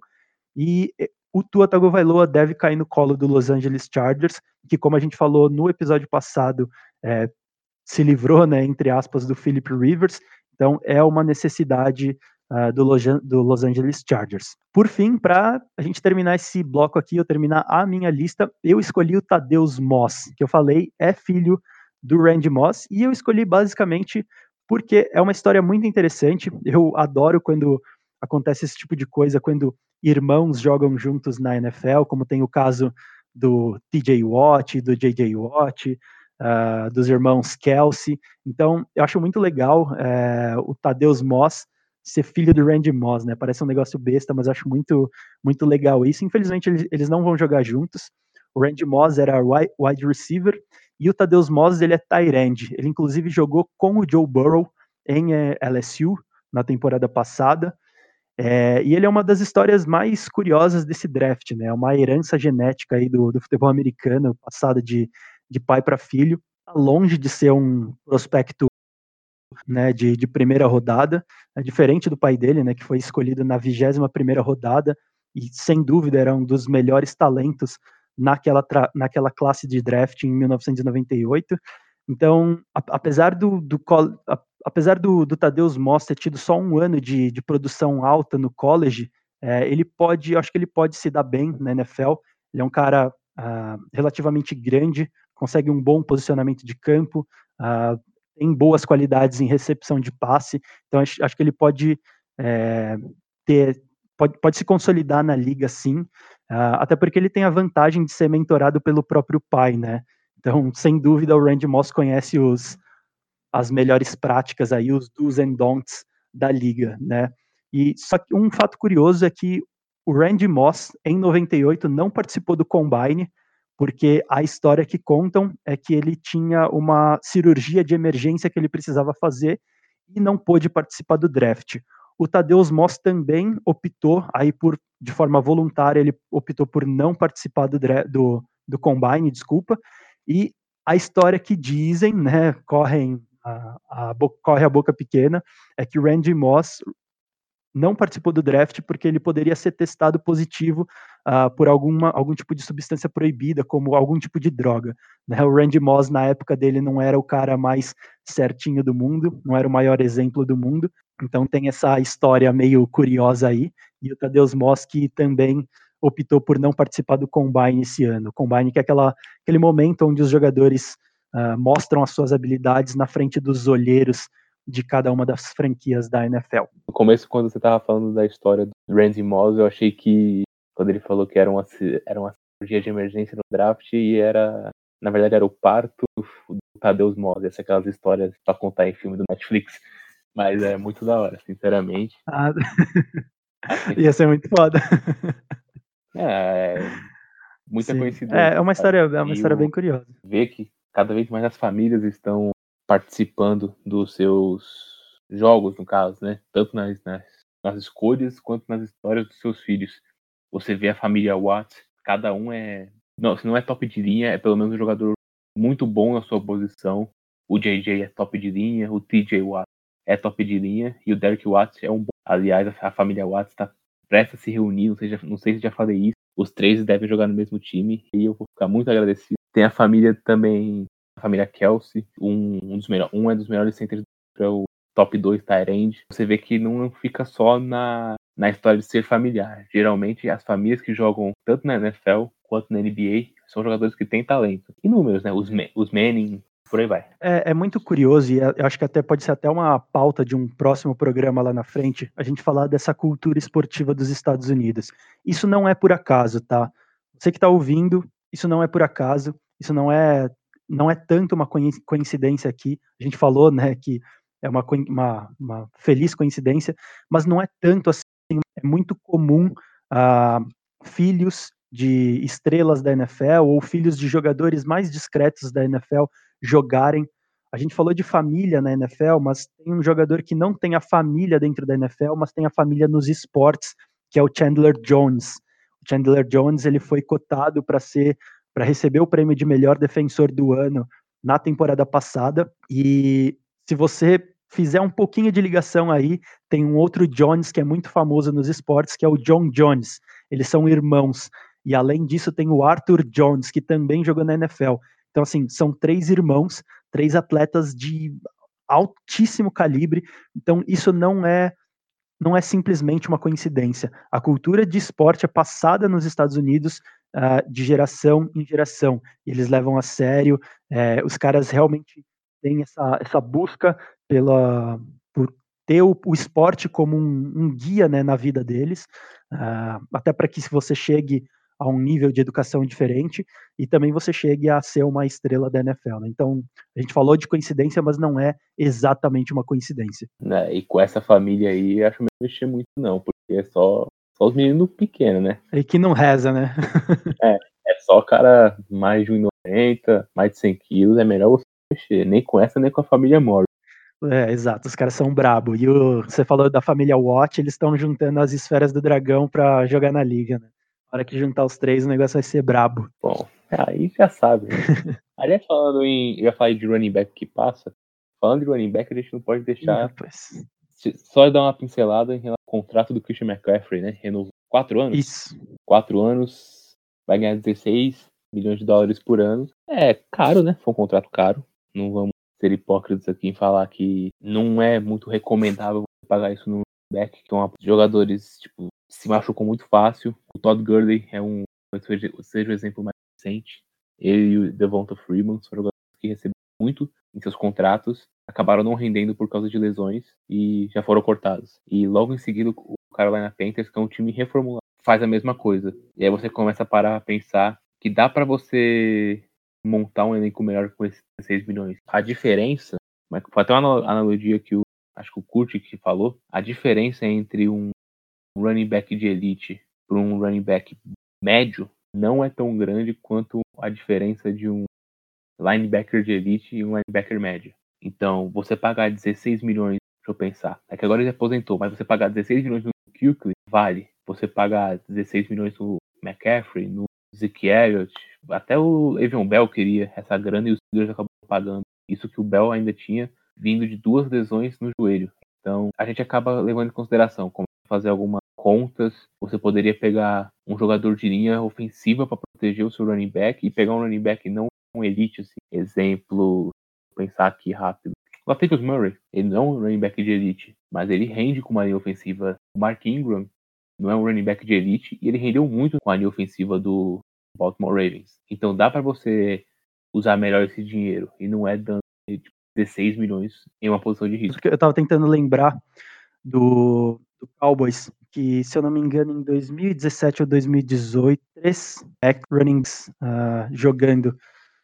e o Tua Tagovailoa deve cair no colo do Los Angeles Chargers, que, como a gente falou no episódio passado, é, se livrou, né, entre aspas, do Philip Rivers, então é uma necessidade uh, do, Los, do Los Angeles Chargers. Por fim, para a gente terminar esse bloco aqui, eu terminar a minha lista, eu escolhi o Thaddeus Moss, que eu falei é filho do Randy Moss, e eu escolhi basicamente porque é uma história muito interessante. Eu adoro quando acontece esse tipo de coisa, quando irmãos jogam juntos na N F L, como tem o caso do T J Watt, do J J Watt, Uh, dos irmãos Kelsey. Então, eu acho muito legal é, o Thaddeus Moss ser filho do Randy Moss, né? Parece um negócio besta, mas acho muito, muito legal isso. Infelizmente, eles, eles não vão jogar juntos. O Randy Moss era wide, wide receiver e o Thaddeus Moss, ele é tight end. Ele, inclusive, jogou com o Joe Burrow em é, L S U na temporada passada. É, e ele é uma das histórias mais curiosas desse draft, né? Uma herança genética aí do, do futebol americano, passada de de pai para filho, tá longe de ser um prospecto, né, de, de primeira rodada, é diferente do pai dele, né, que foi escolhido na vigésima primeira rodada e sem dúvida era um dos melhores talentos naquela, naquela classe de draft em mil novecentos e noventa e oito. Então, a- apesar do, do, col- a- apesar do, do Tadeusz Moss ter tido só um ano de, de produção alta no college, é, ele pode, eu acho que ele pode se dar bem na N F L. Ele é um cara ah, relativamente grande, consegue um bom posicionamento de campo, ah, tem boas qualidades em recepção de passe, então acho, acho que ele pode é, ter, pode, pode se consolidar na liga, sim, ah, até porque ele tem a vantagem de ser mentorado pelo próprio pai, né? Então, sem dúvida, o Randy Moss conhece os, as melhores práticas aí, os do's and don'ts da liga, né? E só que um fato curioso é que o Randy Moss, em noventa e oito, não participou do Combine, porque a história que contam é que ele tinha uma cirurgia de emergência que ele precisava fazer e não pôde participar do draft. O Tadeusz Moss também optou, aí por de forma voluntária, ele optou por não participar do, do, do Combine, desculpa, e a história que dizem, né, correm a, a, corre a boca pequena, é que o Randy Moss não participou do draft porque ele poderia ser testado positivo uh, por alguma, algum tipo de substância proibida, como algum tipo de droga. Né? O Randy Moss, na época dele, não era o cara mais certinho do mundo, não era o maior exemplo do mundo, então tem essa história meio curiosa aí, e o Tadeusz Moss que também optou por não participar do Combine esse ano. O Combine que é aquela, aquele momento onde os jogadores uh, mostram as suas habilidades na frente dos olheiros de cada uma das franquias da N F L. No começo, quando você tava falando da história do Randy Moss, eu achei que quando ele falou que era uma, era uma cirurgia de emergência no draft e era, na verdade, era o parto do Tadeusz Moss, essas aquelas histórias pra contar em filme do Netflix. Mas é muito da hora, sinceramente. Ah, ia ser muito foda. É, é muita Sim. É, coincidência. é uma Sabe? história, é uma E história o, bem curiosa. ver que cada vez mais as famílias estão participando dos seus jogos, no caso, né? Tanto nas, nas, nas escolhas quanto nas histórias dos seus filhos. Você vê a família Watts, cada um é. Não, se não é top de linha, é pelo menos um jogador muito bom na sua posição. O J J é top de linha, o T J Watt é top de linha e o Derek Watts é um bom. Aliás, a, a família Watts está prestes a se reunir, não sei, já, não sei se já falei isso. Os três devem jogar no mesmo time e eu vou ficar muito agradecido. Tem a família também, a família Kelsey, um, um dos melhores, um é dos melhores centers para o top dois Tyrande. Você vê que não fica só na, na história de ser familiar. Geralmente, as famílias que jogam tanto na N F L quanto na N B A são jogadores que têm talento. E números, né? Os, os Manning, por aí vai. É, é muito curioso, e eu acho que até pode ser até uma pauta de um próximo programa lá na frente, a gente falar dessa cultura esportiva dos Estados Unidos. Isso não é por acaso, tá? Você que está ouvindo, isso não é por acaso, isso não é não é tanto uma coincidência aqui. A gente falou, né, que é uma, uma, uma feliz coincidência, mas não é tanto assim. É muito comum uh, filhos de estrelas da N F L ou filhos de jogadores mais discretos da N F L jogarem. A gente falou de família na N F L, mas tem um jogador que não tem a família dentro da N F L, mas tem a família nos esportes, que é o Chandler Jones. O Chandler Jones ele foi cotado para ser para receber o prêmio de melhor defensor do ano na temporada passada. E se você fizer um pouquinho de ligação aí, tem um outro Jones que é muito famoso nos esportes, que é o John Jones. Eles são irmãos. E além disso, tem o Arthur Jones, que também jogou na N F L. Então, assim, são três irmãos, três atletas de altíssimo calibre. Então, isso não é não é simplesmente uma coincidência. A cultura de esporte é passada nos Estados Unidos uh, de geração em geração. Eles levam a sério, é, os caras realmente têm essa, essa busca pela, por ter o, o esporte como um, um guia, né, na vida deles, uh, até para que você chegue a um nível de educação diferente e também você chegue a ser uma estrela da N F L. Né? Então, a gente falou de coincidência, mas não é exatamente uma coincidência. Né? E com essa família aí, acho que não mexer muito não, porque é só, só os meninos pequenos, né? E que não reza, né? é, é só cara mais de um e noventa, mais de cem quilos, é melhor você mexer, nem com essa, nem com a família Morris. É, exato, os caras são brabo. E o, você falou da família Watt, eles estão juntando as esferas do dragão pra jogar na liga, né? Na hora que juntar os três, o negócio vai ser brabo. Bom, aí já sabe, né? Aliás, falando em. Eu já falei de running back que passa. Falando de running back, a gente não pode deixar. Ih, rapaz. Só dar uma pincelada em relação ao contrato do Christian McCaffrey, né? Renovou quatro anos. Isso. Quatro anos, vai ganhar dezesseis milhões de dólares por ano. É caro, né? Foi um contrato caro. Não vamos ser hipócritas aqui em falar que não é muito recomendável pagar isso no back, que são jogadores, tipo, se machucam muito fácil. O Todd Gurley é um, seja, seja o exemplo mais recente. Ele e o Devonta Freeman são jogadores que receberam muito em seus contratos, acabaram não rendendo por causa de lesões e já foram cortados. E logo em seguida o Carolina Panthers, que é um time reformulado, faz a mesma coisa. E aí você começa a parar a pensar que dá para você montar um elenco melhor com esses seis milhões. A diferença, mas foi até uma analogia que o acho que o Kurt que falou, a diferença entre um running back de elite para um running back médio não é tão grande quanto a diferença de um linebacker de elite e um linebacker médio. Então, você pagar dezesseis milhões, deixa eu pensar, é que agora ele aposentou, mas você pagar dezesseis milhões no Kuechly, vale. Você pagar dezesseis milhões no McCaffrey, no Zeke Elliott, até o Le'Veon Bell queria essa grana e os Steelers acabam pagando. Isso que o Bell ainda tinha vindo de duas lesões no joelho. Então, a gente acaba levando em consideração como fazer algumas contas. Você poderia pegar um jogador de linha ofensiva para proteger o seu running back e pegar um running back não um elite, assim. Exemplo, vou pensar aqui rápido. O Latavius Murray, ele não é um running back de elite, mas ele rende com uma linha ofensiva. O Mark Ingram não é um running back de elite e ele rendeu muito com a linha ofensiva do Baltimore Ravens. Então dá para você usar melhor esse dinheiro e não é dando tipo, dezesseis milhões em uma posição de risco. Eu tava tentando lembrar do, do Cowboys, que se eu não me engano em dois mil e dezessete ou dois mil e dezoito, três back runnings uh, jogando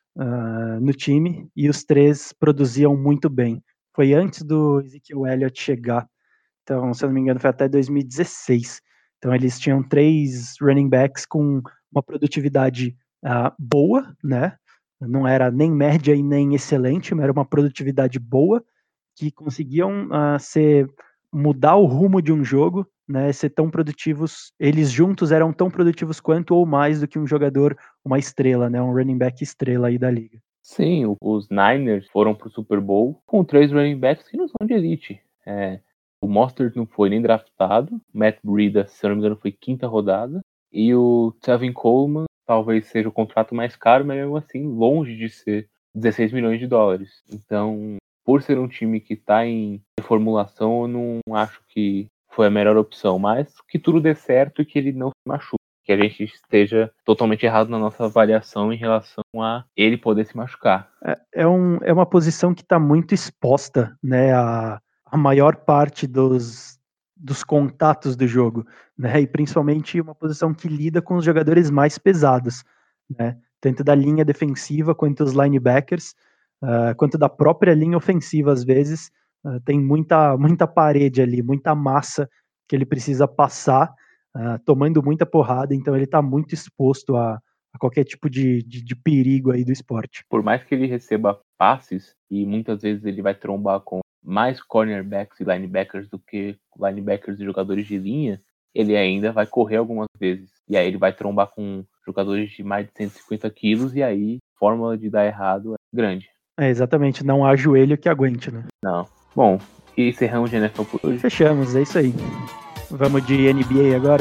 uh, no time e os três produziam muito bem. Foi antes do Ezekiel Elliott chegar, então se eu não me engano foi até dois mil e dezesseis. Então eles tinham três running backs com uma produtividade uh, boa, né? Não era nem média e nem excelente, mas era uma produtividade boa, que conseguiam uh, ser, mudar o rumo de um jogo, né, ser tão produtivos, eles juntos eram tão produtivos quanto ou mais do que um jogador, uma estrela, né, um running back estrela aí da liga. Sim, os Niners foram pro Super Bowl com três running backs que não são de elite. É, o Mostert não foi nem draftado, Matt Breida, se eu não me engano, foi quinta rodada, e o Tevin Coleman talvez seja o contrato mais caro, mas mesmo assim longe de ser dezesseis milhões de dólares. Então, por ser um time que está em reformulação, eu não acho que foi a melhor opção, mas que tudo dê certo e que ele não se machuque, que a gente esteja totalmente errado na nossa avaliação em relação a ele poder se machucar. É, é, um, é uma posição que está muito exposta, né, a, a maior parte dos, dos contatos do jogo, né, e principalmente uma posição que lida com os jogadores mais pesados, né, tanto da linha defensiva quanto os linebackers, uh, quanto da própria linha ofensiva às vezes, uh, tem muita, muita parede ali, muita massa que ele precisa passar, uh, tomando muita porrada, então ele está muito exposto a, a qualquer tipo de, de, de perigo aí do esporte. Por mais que ele receba passes, e muitas vezes ele vai trombar com mais cornerbacks e linebackers do que linebackers e jogadores de linha, ele ainda vai correr algumas vezes. E aí ele vai trombar com jogadores de mais de cento e cinquenta quilos, e aí a fórmula de dar errado é grande. É, exatamente, não há joelho que aguente, né? Não. Bom, e encerramos de N F L por hoje. Fechamos, é isso aí. Vamos de N B A agora?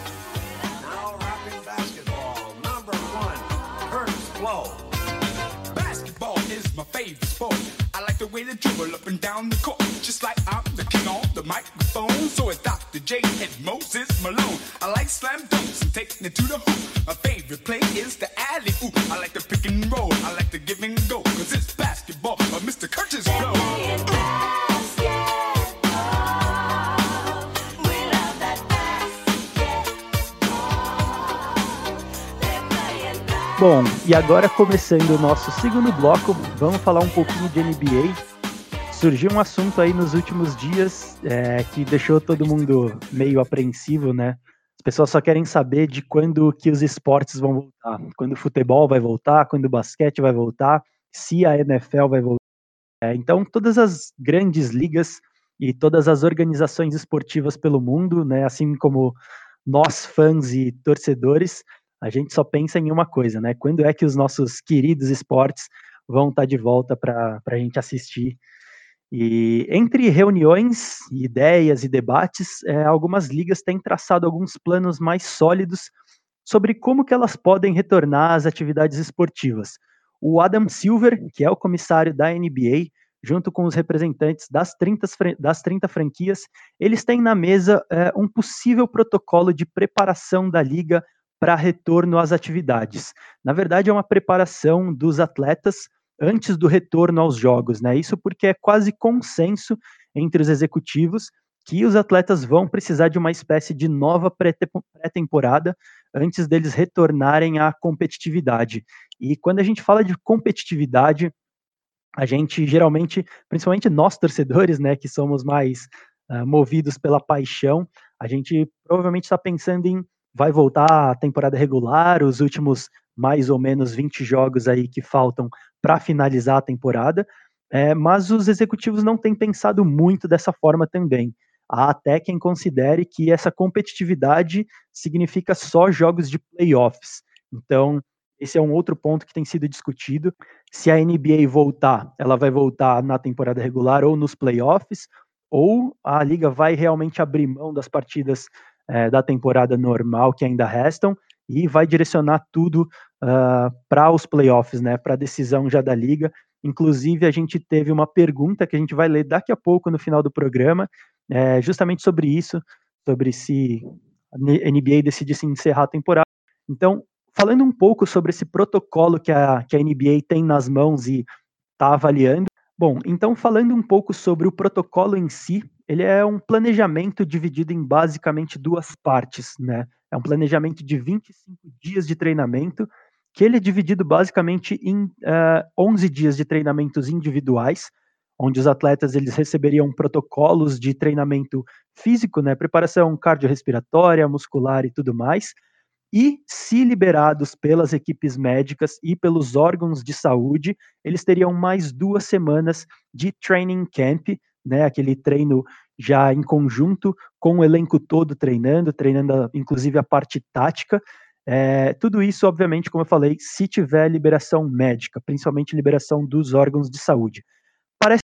Dribble up and down the court, just like I'm the king on the microphone. So it's Doctor J and Moses Malone. I like slam dunks and taking it to the hoop. My favorite play is the alley oop. I like the pick and roll, I like the give and go, cause it's basketball, but Mister Curtis Blow. Bom, e agora começando o nosso segundo bloco, vamos falar um pouquinho de N B A. Surgiu um assunto aí nos últimos dias é, que deixou todo mundo meio apreensivo, né? As pessoas só querem saber de quando que os esportes vão voltar, quando o futebol vai voltar, quando o basquete vai voltar, se a N F L vai voltar. É, então, todas as grandes ligas e todas as organizações esportivas pelo mundo, né, assim como nós, fãs e torcedores, a gente só pensa em uma coisa, né? Quando é que os nossos queridos esportes vão estar de volta para a gente assistir? E entre reuniões, ideias e debates, é, algumas ligas têm traçado alguns planos mais sólidos sobre como que elas podem retornar às atividades esportivas. o Adam Silver, que é o comissário da N B A, junto com os representantes das trinta, das trinta franquias, eles têm na mesa é, um possível protocolo de preparação da liga para retorno às atividades. Na verdade, é uma preparação dos atletas antes do retorno aos jogos, né? Isso porque é quase consenso entre os executivos que os atletas vão precisar de uma espécie de nova pré-temporada antes deles retornarem à competitividade. E quando a gente fala de competitividade, a gente geralmente, principalmente nós torcedores, né, que somos mais uh, movidos pela paixão, a gente provavelmente está pensando em vai voltar a temporada regular, os últimos mais ou menos vinte jogos aí que faltam para finalizar a temporada, é, mas os executivos não têm pensado muito dessa forma também. Há até quem considere que essa competitividade significa só jogos de playoffs. Então, esse é um outro ponto que tem sido discutido. Se a N B A voltar, ela vai voltar na temporada regular ou nos playoffs, ou a liga vai realmente abrir mão das partidas é, da temporada normal que ainda restam e vai direcionar tudo uh, para os playoffs, né, para a decisão já da liga. Inclusive, a gente teve uma pergunta que a gente vai ler daqui a pouco no final do programa, é, justamente sobre isso, sobre se a N B A decidisse encerrar a temporada. Então, falando um pouco sobre esse protocolo que a, que a N B A tem nas mãos e está avaliando. Bom, então falando um pouco sobre o protocolo em si, ele é um planejamento dividido em basicamente duas partes, né? É um planejamento de vinte e cinco dias de treinamento, que ele é dividido basicamente em uh, onze dias de treinamentos individuais, onde os atletas eles receberiam protocolos de treinamento físico, né? Preparação cardiorrespiratória, muscular e tudo mais. E, se liberados pelas equipes médicas e pelos órgãos de saúde, eles teriam mais duas semanas de training camp, né, aquele treino já em conjunto com o elenco todo treinando, treinando inclusive a parte tática. É, tudo isso, obviamente, como eu falei, se tiver liberação médica, principalmente liberação dos órgãos de saúde. Parece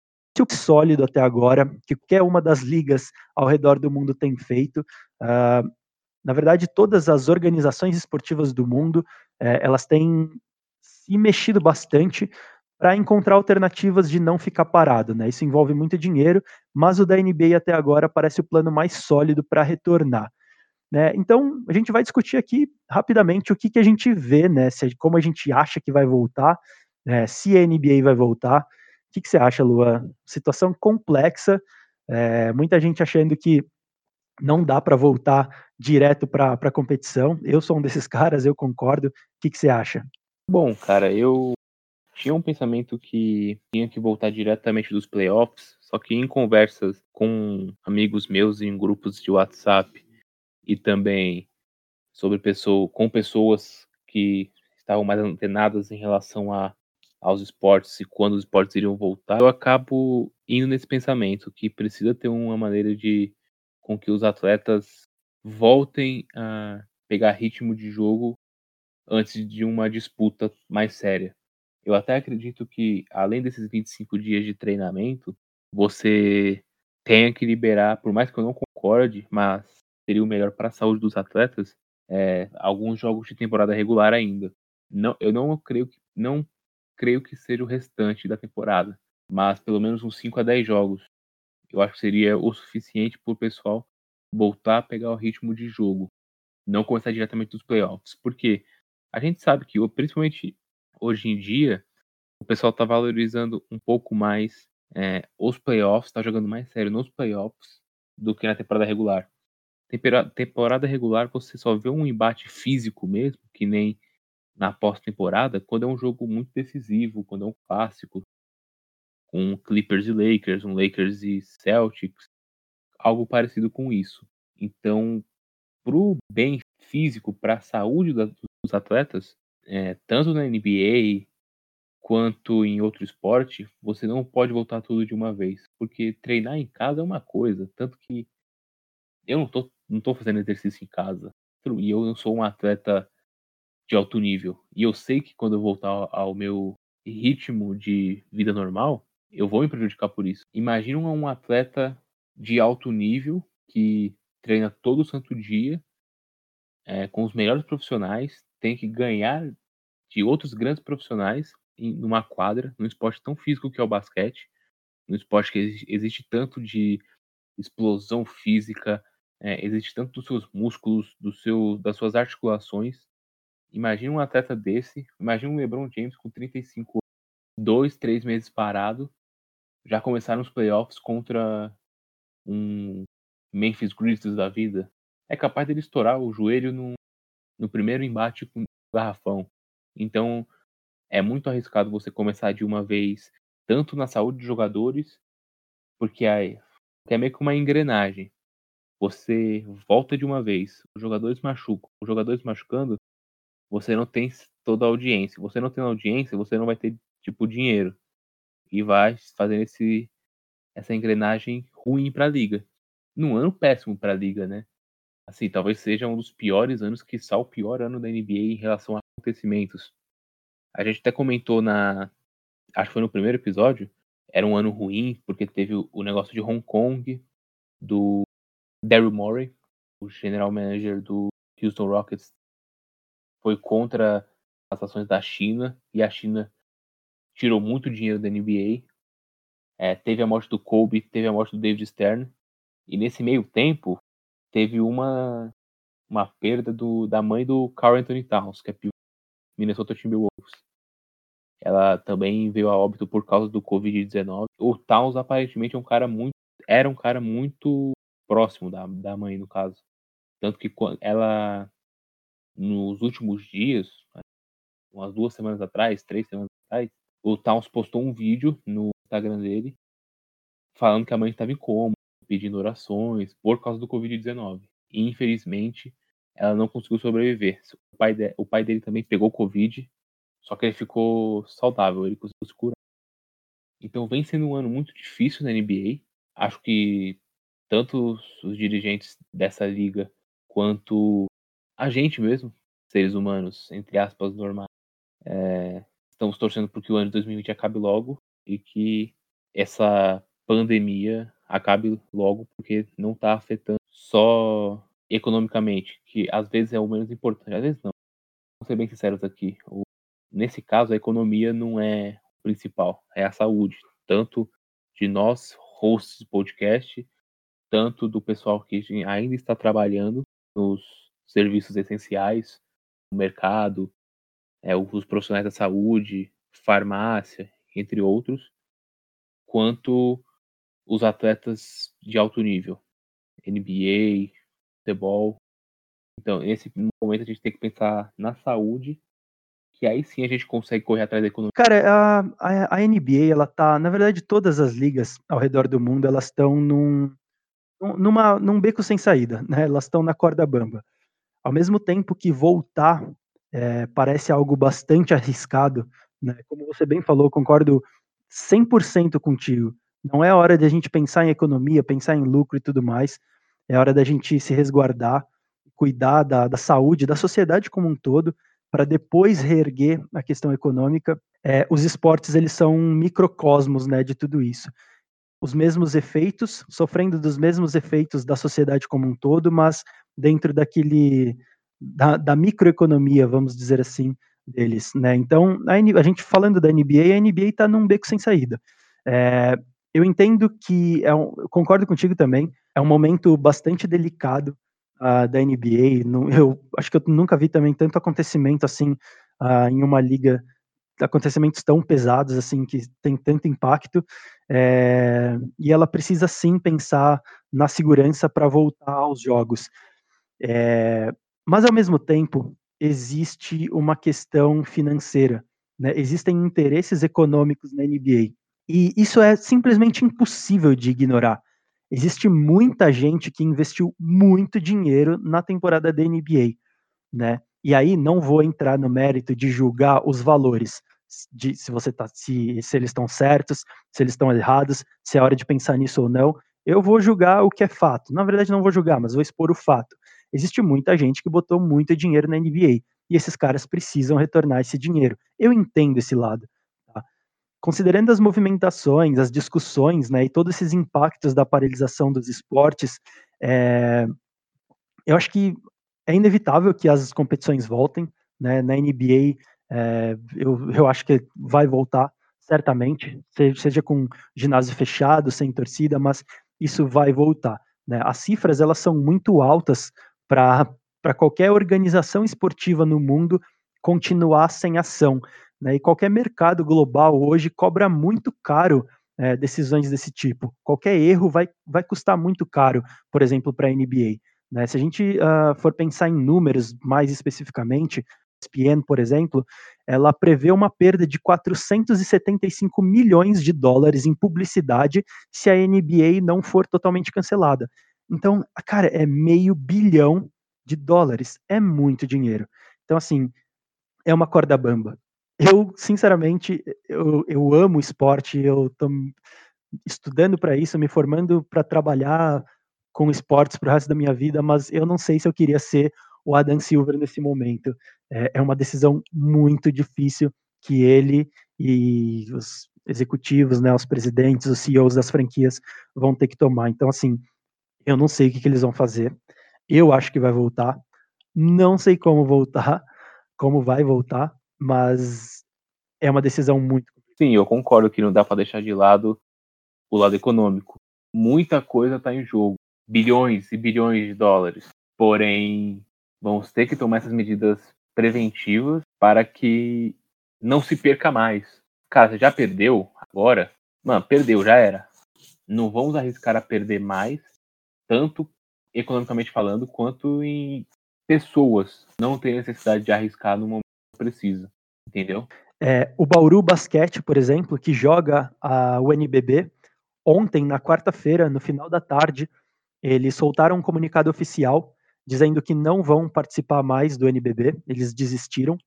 sólido até agora, que qualquer uma das ligas ao redor do mundo tem feito. Uh, Na verdade, todas as organizações esportivas do mundo, é, elas têm se mexido bastante para encontrar alternativas de não ficar parado, né? Isso envolve muito dinheiro, mas o da N B A até agora parece o plano mais sólido para retornar, né? Então, a gente vai discutir aqui rapidamente o que, que a gente vê, né? Se, como a gente acha que vai voltar, né? Se a N B A vai voltar. O que, que você acha, Lua? Situação complexa, é, muita gente achando que não dá para voltar direto para a competição. Eu sou um desses caras, eu concordo. O que, que você acha? Bom, cara, eu tinha um pensamento que tinha que voltar diretamente dos playoffs, só que em conversas com amigos meus em grupos de WhatsApp e também sobre pessoa, com pessoas que estavam mais antenadas em relação a, aos esportes e quando os esportes iriam voltar, eu acabo indo nesse pensamento que precisa ter uma maneira de com que os atletas voltem a pegar ritmo de jogo antes de uma disputa mais séria. Eu até acredito que, além desses vinte e cinco dias de treinamento, você tenha que liberar, por mais que eu não concorde, mas seria o melhor para a saúde dos atletas, é, alguns jogos de temporada regular ainda. Não, eu não creio que não creio que seja o restante da temporada, mas pelo menos uns cinco a dez jogos. Eu acho que seria o suficiente para o pessoal voltar a pegar o ritmo de jogo, não começar diretamente dos playoffs. Porque a gente sabe que, principalmente hoje em dia, o pessoal tá valorizando um pouco mais é, os playoffs, tá jogando mais sério nos playoffs do que na temporada regular. Tempera- temporada regular você só vê um embate físico mesmo, que nem na pós-temporada, quando é um jogo muito decisivo, quando é um clássico, com Clippers e Lakers, um Lakers e Celtics, algo parecido com isso. Então, pro bem físico, para a saúde da- dos atletas, é, tanto na N B A quanto em outro esporte, você não pode voltar tudo de uma vez, porque treinar em casa é uma coisa, tanto que eu não tô, não tô fazendo exercício em casa, e eu não sou um atleta de alto nível, e eu sei que quando eu voltar ao ao meu ritmo de vida normal, eu vou me prejudicar por isso. Imagina um atleta de alto nível que treina todo santo dia, eh, com os melhores profissionais, tem que ganhar de outros grandes profissionais em numa quadra, num esporte tão físico que é o basquete, num esporte que exi existe tanto de explosão física, eh, existe tanto dos seus músculos, do seu das suas articulações. Imagina um atleta desse, imagina um LeBron James com trinta e cinco anos, dois, três meses parado, já começaram os playoffs contra um Memphis Grizzlies da vida. É capaz dele estourar o joelho no no primeiro embate com o garrafão. Então, é muito arriscado você começar de uma vez, tanto na saúde dos jogadores, porque aí que é meio que uma engrenagem. Você volta de uma vez, os jogadores machucam, os jogadores machucando, você não tem s toda a audiência. Você não tendo audiência, você não vai ter, tipo, dinheiro. E vai fazendo esse essa engrenagem ruim pra liga. Num ano péssimo pra liga, né. Assim, talvez seja um dos piores anos, quiçá o pior ano da N B A em relação a acontecimentos. A gente até comentou na acho que foi no primeiro episódio, era um ano ruim, porque teve o o negócio de Hong Kong, do Daryl Morey, o general manager do Houston Rockets, foi contra as ações da China, e a China tirou muito dinheiro da N B A. Eh, teve a morte do Kobe, teve a morte do David Stern, e nesse meio tempo, teve uma uma perda do da mãe do Karl-Anthony Towns, que é pivô do Minnesota Timberwolves. Ela também veio a óbito por causa do covid dezenove. O Towns aparentemente é um cara muito era um cara muito próximo da da mãe, no caso. Tanto que quan ela nos últimos dias, umas duas semanas atrás, três semanas atrás, o Towns postou um vídeo no Instagram dele, falando que a mãe estava em coma, pedindo orações, por causa do covid dezenove. E infelizmente, ela não conseguiu sobreviver. O pai de o pai dele também pegou covid, só que ele ficou saudável, ele conseguiu se curar. Então vem sendo um ano muito difícil na N B A. Acho que tanto os os dirigentes dessa liga, quanto a gente mesmo, seres humanos, entre aspas, normais, eh, estamos torcendo por que o ano de dois mil e vinte acabe logo e que essa pandemia acabe logo, porque não tá afetando só economicamente, que às vezes é o menos importante, às vezes não. Vamos ser bem sinceros aqui, o nesse caso a economia não é o principal, é a saúde, tanto de nós, hosts de podcast, tanto do pessoal que gen ainda está trabalhando nos serviços essenciais, no mercado, eh, os profissionais da saúde, farmácia, entre outros, quanto os atletas de alto nível, N B A, futebol. Então, nesse momento a gente tem que pensar na saúde, que aí sim a gente consegue correr atrás da economia. Cara, a a a N B A ela tá na verdade todas as ligas ao redor do mundo, elas estão num num numa num beco sem saída, né, elas estão na corda bamba. Ao mesmo tempo que voltar, eh, parece algo bastante arriscado, né, como você bem falou, concordo cem por cento contigo. Não é hora de a gente pensar em economia, pensar em lucro e tudo mais, é hora da gente se resguardar, cuidar da da saúde da sociedade como um todo, para depois reerguer a questão econômica. Eh, os esportes eles são um microcosmos, né, de tudo isso. Os mesmos efeitos, sofrendo dos mesmos efeitos da sociedade como um todo, mas dentro daquele da da microeconomia, vamos dizer assim, deles, né. Então, a N a gente falando da N B A, a N B A tá num beco sem saída. Eh, eu entendo que é um eu concordo contigo também, é um momento bastante delicado, ah, da N B A, no eu acho que eu nunca vi também tanto acontecimento assim, ah, em uma liga, acontecimentos tão pesados, assim, que tem tanto impacto, eh, e ela precisa sim pensar na segurança para voltar aos jogos. Eh, mas ao mesmo tempo, existe uma questão financeira, né, existem interesses econômicos na N B A, e isso é simplesmente impossível de ignorar. Existe muita gente que investiu muito dinheiro na temporada da N B A, né. E aí não vou entrar no mérito de julgar os valores, s de se você tá se se eles estão certos, se eles estão errados, se é hora de pensar nisso ou não. Eu vou julgar o que é fato. Na verdade não vou julgar, mas vou expor o fato. Existe muita gente que botou muito dinheiro na N B A, e esses caras precisam retornar esse dinheiro. Eu entendo esse lado, tá. Considerando as movimentações, as discussões, né, e todos esses impactos da paralisação dos esportes, eh, eu acho que é inevitável que as competições voltem, né, na N B A, É, eu, eu acho que vai voltar, certamente, seja, seja com ginásio fechado, sem torcida, mas isso vai voltar, né? As cifras, elas são muito altas para para qualquer organização esportiva no mundo continuar sem ação, né? E qualquer mercado global hoje cobra muito caro é, decisões desse tipo. Qualquer erro vai, vai custar muito caro, por exemplo, para a N B A. Né? Se a gente uh, for pensar em números mais especificamente, a E S P N, por exemplo, ela prevê uma perda de quatrocentos e setenta e cinco milhões de dólares em publicidade se a N B A não for totalmente cancelada. Então, cara, é meio bilhão de dólares. É muito dinheiro. Então, assim, é uma corda bamba. Eu, sinceramente, eu, eu amo esporte, eu tô estudando para isso, me formando para trabalhar com esportes para o resto da minha vida, mas eu não sei se eu queria ser o Adam Silver nesse momento. É, é uma decisão muito difícil que ele e os executivos, né, os presidentes, os C E Os das franquias vão ter que tomar. Então, assim, eu não sei o que, que eles vão fazer. Eu acho que vai voltar. Não sei como voltar, como vai voltar, mas é uma decisão muito complicada. Sim, eu concordo que não dá para deixar de lado o lado econômico. Muita coisa está em jogo. Bilhões e bilhões de dólares. Porém, vamos ter que tomar essas medidas preventivas para que não se perca mais. Cara, você já perdeu agora? Mano, perdeu, já era. Não vamos arriscar a perder mais, tanto economicamente falando, quanto em pessoas. Não tem necessidade de arriscar no momento que precisa. Entendeu? É, o Bauru Basquete, por exemplo, que joga a, o N B B, ontem, na quarta-feira, no final da tarde, eles soltaram um comunicado oficial dizendo que não vão participar mais do N B B, eles desistiram,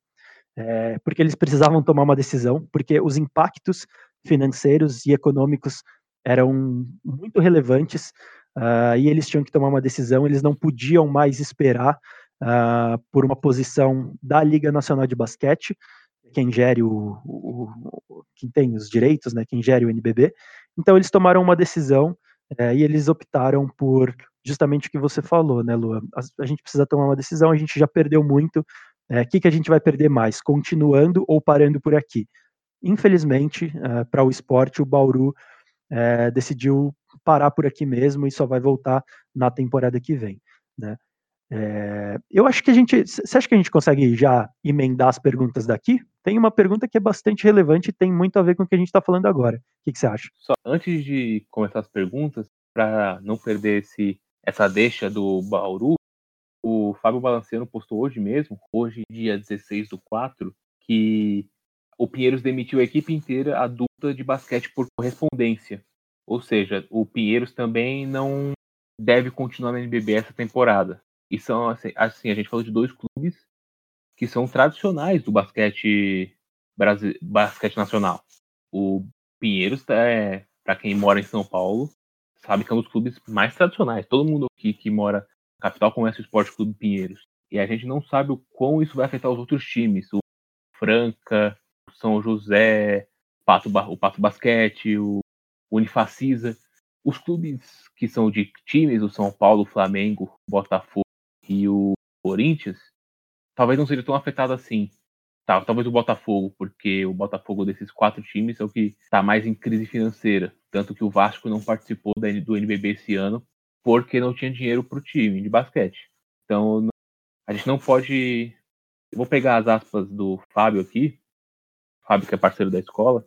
é, porque eles precisavam tomar uma decisão, porque os impactos financeiros e econômicos eram muito relevantes, uh, e eles tinham que tomar uma decisão, eles não podiam mais esperar uh, por uma posição da Liga Nacional de Basquete, quem gere o, o, o, quem tem os direitos, né, quem gere o N B B. Então eles tomaram uma decisão é, e eles optaram por justamente o que você falou, né, Lua? A, a gente precisa tomar uma decisão, a gente já perdeu muito. O é, que, que a gente vai perder mais? Continuando ou parando por aqui? Infelizmente, é, para o esporte, o Bauru é, decidiu parar por aqui mesmo e só vai voltar na temporada que vem, né? É, eu acho que a gente. Você acha que a gente consegue já emendar as perguntas daqui? Tem uma pergunta que é bastante relevante e tem muito a ver com o que a gente está falando agora. O que, que você acha? Só antes de começar as perguntas, para não perder esse, essa deixa do Bauru, o Fábio Balanciano postou hoje mesmo, hoje, dia dezesseis do quatro, que o Pinheiros demitiu a equipe inteira adulta de basquete por correspondência. Ou seja, o Pinheiros também não deve continuar na N B B essa temporada. E são, assim, assim, a gente falou de dois clubes que são tradicionais do basquete, brasile... basquete nacional. O Pinheiros, é, para quem mora em São Paulo, sabe que é um dos clubes mais tradicionais. Todo mundo aqui que mora na capital conhece o Esporte Clube Pinheiros. E a gente não sabe o quão isso vai afetar os outros times. O Franca, o São José, Pato, o Pato Basquete, o Unifacisa. Os clubes que são de times, o São Paulo, o Flamengo, o Botafogo e o Corinthians, talvez não seja tão afetado assim. Tá, talvez o Botafogo, porque o Botafogo desses quatro times é o que está mais em crise financeira. Tanto que o Vasco não participou do N B B esse ano porque não tinha dinheiro para o time de basquete. Então, a gente não pode... Eu vou pegar as aspas do Fábio aqui, Fábio que é parceiro da escola,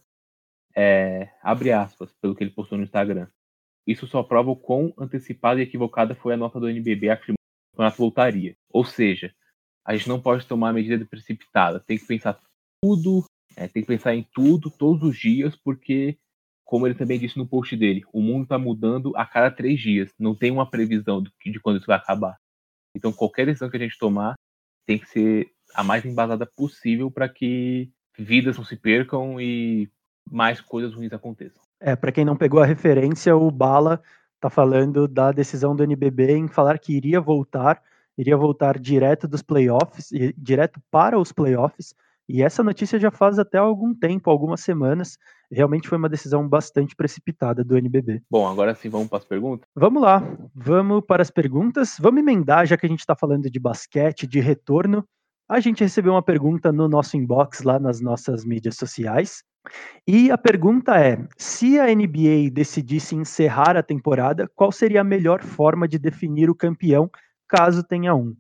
é, abre aspas, pelo que ele postou no Instagram. Isso só prova o quão antecipada e equivocada foi a nota do N B B afirmando que o campeonato voltaria. Ou seja, a gente não pode tomar a medida precipitada. Tem que pensar tudo, é, tem que pensar em tudo, todos os dias, porque, como ele também disse no post dele, o mundo está mudando a cada três dias. Não tem uma previsão de quando isso vai acabar. Então, qualquer decisão que a gente tomar tem que ser a mais embasada possível para que vidas não se percam e mais coisas ruins aconteçam. É, para quem não pegou a referência, o Bala está falando da decisão do N B B em falar que iria voltar, iria voltar direto dos playoffs, direto para os playoffs, e essa notícia já faz até algum tempo, algumas semanas. Realmente foi uma decisão bastante precipitada do N B B. Bom, agora sim, vamos para as perguntas? Vamos lá, vamos para as perguntas. Vamos emendar, já que a gente está falando de basquete, de retorno. a gente recebeu uma pergunta no nosso inbox lá nas nossas mídias sociais. E a pergunta é: se a N B A decidisse encerrar a temporada, qual seria a melhor forma de definir o campeão, caso tenha um?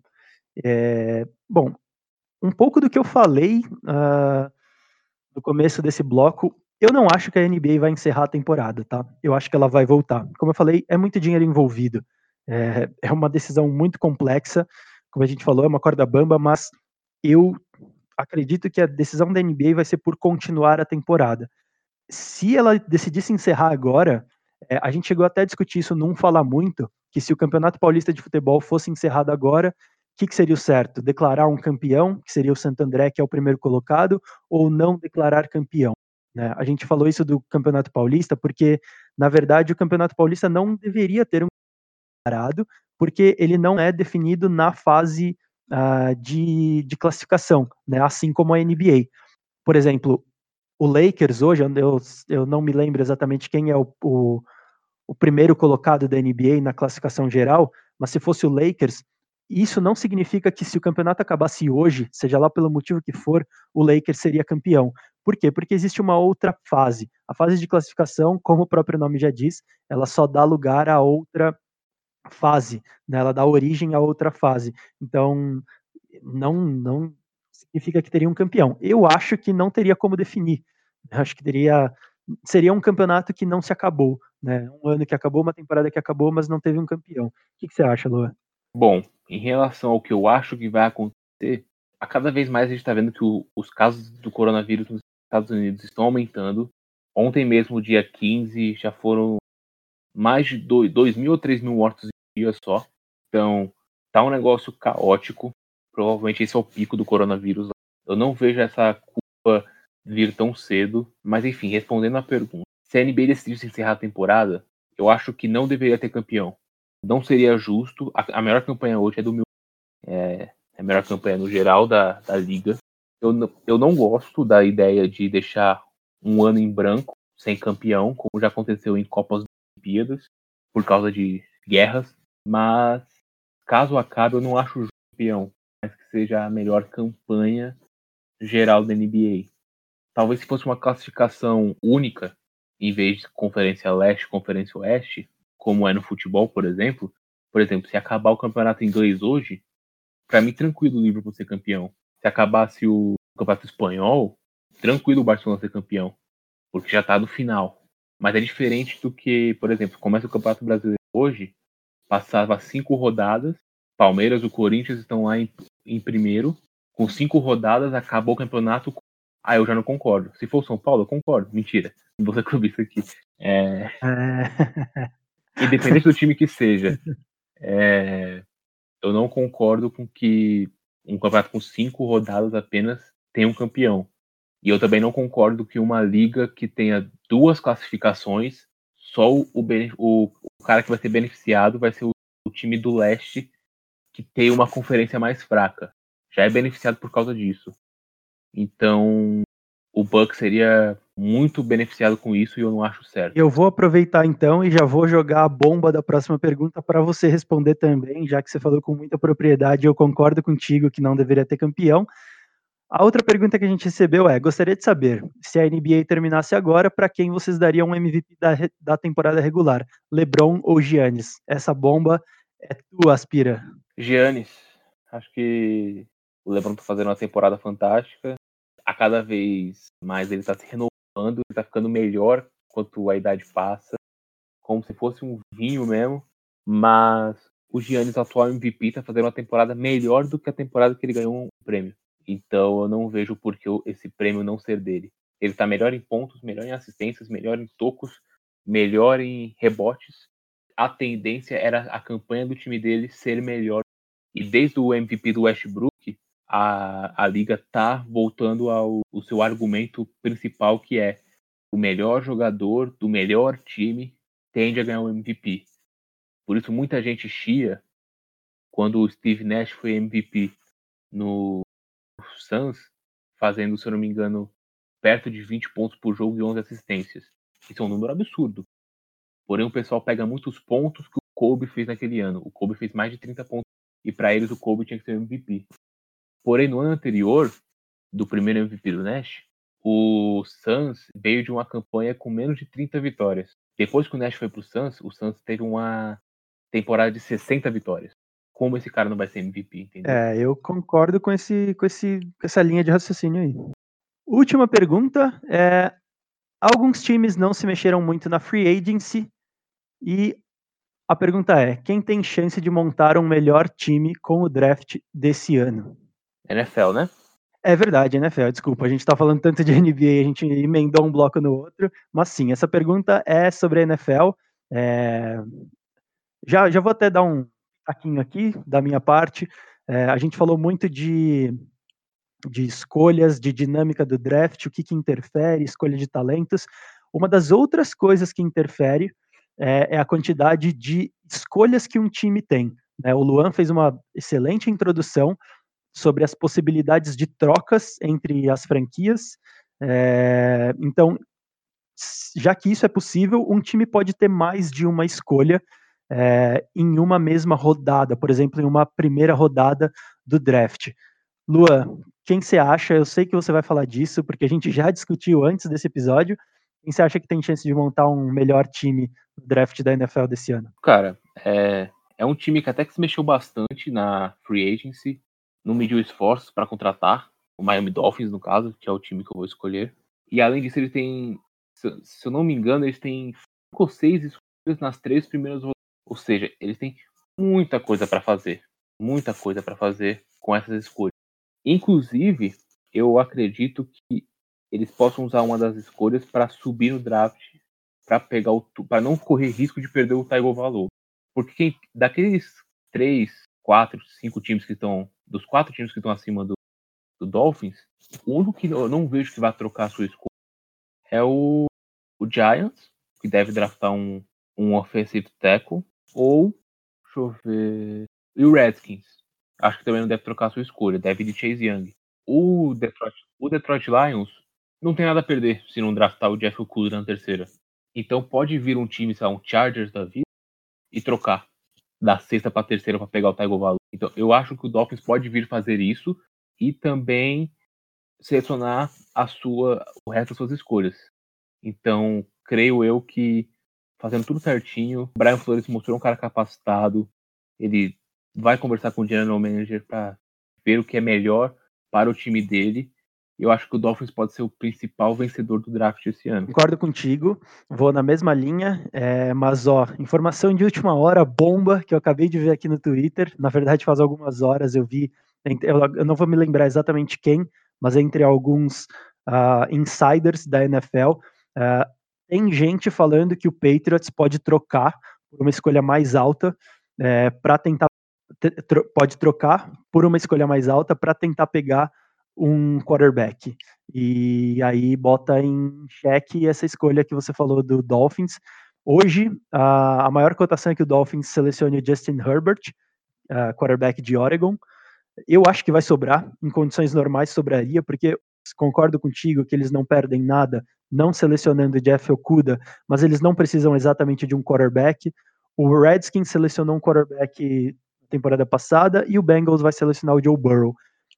É, bom, um pouco do que eu falei uh, no começo desse bloco, eu não acho que a N B A vai encerrar a temporada, tá? Eu acho que ela vai voltar. Como eu falei, é muito dinheiro envolvido. É, é uma decisão muito complexa, como a gente falou, é uma corda bamba, mas eu acredito que a decisão da N B A vai ser por continuar a temporada. Se ela decidisse encerrar agora, é, a gente chegou até a discutir isso num Fala Muito, que se o Campeonato Paulista de Futebol fosse encerrado agora, o que, que seria o certo? Declarar um campeão, que seria o Santo André, que é o primeiro colocado, ou não declarar campeão? Né? A gente falou isso do Campeonato Paulista porque, na verdade, o Campeonato Paulista não deveria ter um parado, porque ele não é definido na fase uh, de, de classificação, né? Assim como a N B A. Por exemplo, o Lakers hoje, eu, eu não me lembro exatamente quem é o, o, o primeiro colocado da N B A na classificação geral, mas se fosse o Lakers, isso não significa que se o campeonato acabasse hoje, seja lá pelo motivo que for, o Lakers seria campeão. Por quê? Porque existe uma outra fase. A fase de classificação, como o próprio nome já diz, ela só dá lugar a outra fase, né? Ela dá origem a outra fase. Então, não, não significa que teria um campeão. Eu acho que não teria como definir. Eu acho que teria seria um campeonato que não se acabou, né? Um ano que acabou, uma temporada que acabou, mas não teve um campeão. O que, que você acha, Luan? Bom, em relação ao que eu acho que vai acontecer, a cada vez mais a gente está vendo que o, os casos do coronavírus nos Estados Unidos estão aumentando. Ontem mesmo, dia quinze, já foram mais de dois mil ou três mil mortos em um dia só. Então, tá um negócio caótico. Provavelmente esse é o pico do coronavírus. Eu não vejo essa curva vir tão cedo. Mas, enfim, respondendo a pergunta. Se a N B A decidisse encerrar a temporada, eu acho que não deveria ter campeão. Não seria justo. A, a melhor campanha hoje é do meu. É a melhor campanha no geral da, da liga. Eu, eu não gosto da ideia de deixar um ano em branco, sem campeão, como já aconteceu em Copas Olimpíadas, por causa de guerras, mas caso acabe eu não acho justo campeão, mas que seja a melhor campanha geral da N B A. Talvez se fosse uma classificação única, em vez de Conferência Leste, Conferência Oeste, como é no futebol, por exemplo. Por exemplo, se acabar o campeonato inglês hoje, para mim tranquilo o Liverpool ser campeão. Se acabasse o campeonato espanhol, tranquilo o Barcelona ser campeão, porque já tá no final. Mas é diferente do que, por exemplo, começa o Campeonato Brasileiro hoje, passava cinco rodadas, Palmeiras e o Corinthians estão lá em, em primeiro, com cinco rodadas, acabou o campeonato. Ah, eu já não concordo. Se for o São Paulo, eu concordo. Mentira. Não vou ser clubista aqui. É... É... Independente do time que seja, é... eu não concordo com que um campeonato com cinco rodadas apenas tenha um campeão. E eu também não concordo que uma liga que tenha duas classificações, só o, o, o cara que vai ser beneficiado vai ser o, o time do leste que tem uma conferência mais fraca. Já é beneficiado por causa disso. Então, o Bucks seria muito beneficiado com isso e eu não acho certo. Eu vou aproveitar então e já vou jogar a bomba da próxima pergunta para você responder também, já que você falou com muita propriedade, eu concordo contigo que não deveria ter campeão. A outra pergunta que a gente recebeu é: gostaria de saber, se a N B A terminasse agora, para quem vocês dariam um M V P da, da temporada regular? LeBron ou Giannis? Essa bomba é tua, Aspira. Giannis. Acho que o LeBron tá fazendo uma temporada fantástica. A cada vez mais ele tá se renovando, ele tá ficando melhor quanto a idade passa, como se fosse um vinho mesmo. Mas o Giannis, atual M V P, tá fazendo uma temporada melhor do que a temporada que ele ganhou um prêmio. Então eu não vejo por que esse prêmio não ser dele. Ele tá melhor em pontos, melhor em assistências, melhor em tocos, melhor em rebotes. A tendência era a campanha do time dele ser melhor. E desde o M V P do Westbrook, a, a liga tá voltando ao, ao seu argumento principal, que é o melhor jogador do melhor time tende a ganhar o M V P. Por isso muita gente chia quando o Steve Nash foi M V P no Suns, fazendo, se eu não me engano, perto de vinte pontos por jogo e onze assistências. Isso é um número absurdo. Porém, o pessoal pega muitos pontos que o Kobe fez naquele ano. O Kobe fez mais de trinta pontos. E para eles, o Kobe tinha que ser M V P. Porém, no ano anterior, do primeiro M V P do Nash, o Suns veio de uma campanha com menos de trinta vitórias. Depois que o Nash foi pro Suns, o Suns teve uma temporada de sessenta vitórias. Como esse cara não vai ser M V P, entendeu? É, eu concordo com, esse, com, esse, com essa linha de raciocínio aí. Última pergunta é: alguns times não se mexeram muito na free agency e a pergunta é: quem tem chance de montar um melhor time com o draft desse ano? N F L, né? É verdade, N F L, desculpa, a gente tá falando tanto de N B A, a gente emendou um bloco no outro, mas sim, essa pergunta é sobre a N F L. É... Já, já vou até dar um taquinho aqui da minha parte. É, a gente falou muito de, de escolhas, de dinâmica do draft, o que, que interfere, escolha de talentos. Uma das outras coisas que interfere é, é a quantidade de escolhas que um time tem, né? O Luan fez uma excelente introdução sobre as possibilidades de trocas entre as franquias. É, então, já que isso é possível, um time pode ter mais de uma escolha é, em uma mesma rodada, por exemplo, em uma primeira rodada do draft. Luan, quem você acha? Eu sei que você vai falar disso, porque a gente já discutiu antes desse episódio. Quem você acha que tem chance de montar um melhor time no draft da N F L desse ano? Cara, é, é um time que até que se mexeu bastante na free agency, não mediu esforços para contratar, o Miami Dolphins, no caso, que é o time que eu vou escolher. E além disso, ele tem, se, se eu não me engano, eles têm cinco ou seis escolhas nas três primeiras rodadas. Ou seja, eles têm muita coisa para fazer, muita coisa para fazer com essas escolhas. Inclusive, eu acredito que eles possam usar uma das escolhas para subir no draft, para pegar o, para não correr risco de perder o Tagovailoa. Porque quem, daqueles três, quatro, cinco times que estão, dos quatro times que estão acima do, do Dolphins, o único que eu não vejo que vai trocar a sua escolha é o, o Giants, que deve draftar um, um offensive tackle, ou, deixa eu ver, e o Redskins. Acho que também não deve trocar a sua escolha, deve de Chase Young. O Detroit, o Detroit Lions não tem nada a perder se não draftar o Jeff Okudah na terceira. Então pode vir um time, sei lá, um Chargers da vida e trocar da sexta para terceira para pegar o Tagovailoa. Então eu acho que o Dolphins pode vir fazer isso e também selecionar a sua, o resto das suas escolhas. Então creio eu que fazendo tudo certinho, o Brian Flores mostrou um cara capacitado, ele vai conversar com o general manager para ver o que é melhor para o time dele. Eu acho que o Dolphins pode ser o principal vencedor do draft esse ano. Concordo contigo, vou na mesma linha, é, mas ó, informação de última hora, bomba, que eu acabei de ver aqui no Twitter, na verdade faz algumas horas eu vi, eu não vou me lembrar exatamente quem, mas entre alguns uh, insiders da N F L, uh, tem gente falando que o Patriots pode trocar por uma escolha mais alta, é, para tentar, tro, pode trocar por uma escolha mais alta para tentar pegar um quarterback. E aí bota em xeque essa escolha que você falou do Dolphins. Hoje, a, a maior cotação é que o Dolphins selecione o Justin Herbert, uh, quarterback de Oregon. Eu acho que vai sobrar, em condições normais sobraria, porque concordo contigo que eles não perdem nada não selecionando o Jeff Okudah, mas eles não precisam exatamente de um quarterback. O Redskins selecionou um quarterback na temporada passada e o Bengals vai selecionar o Joe Burrow.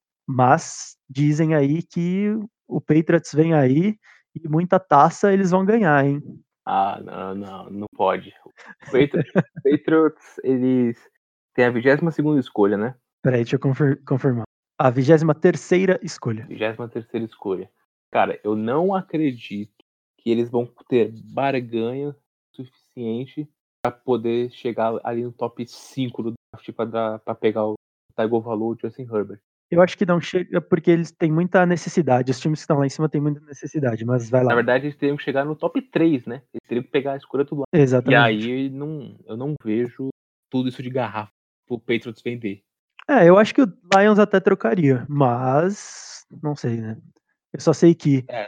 Mas dizem aí que o Patriots vem aí e muita taça eles vão ganhar, hein? Ah, não, não, não pode. O Patriots, Patriots eles têm a vigésima segunda escolha, né? Peraí, deixa eu confir- confirmar. A vigésima terceira escolha. vigésima terceira escolha. Cara, eu não acredito que eles vão ter barganha suficiente para poder chegar ali no top cinco do draft para pegar o Tagovailoa ou o Justin Herbert. Eu acho que não chega porque eles têm muita necessidade. Os times que estão lá em cima têm muita necessidade, mas vai lá. Na verdade, eles teriam que chegar no top três, né? Eles teriam que pegar a escolha do lado. Exatamente. E aí não, eu não vejo tudo isso de garrafa pro Patriots vender. É, eu acho que o Lions até trocaria, mas não sei, né? Eu só sei que. É.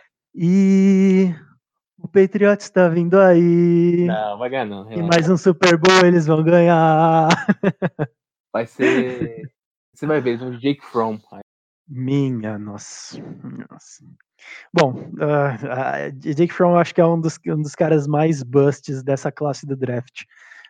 E o Patriots tá vindo aí. Não, vai ganhar não. E mais um Super Bowl eles vão ganhar. Vai ser. Você vai ver, eles vão de Jake Fromm. Minha nossa. nossa. Bom, uh, uh, Jake Fromm eu acho que é um dos, um dos caras mais busts dessa classe do draft.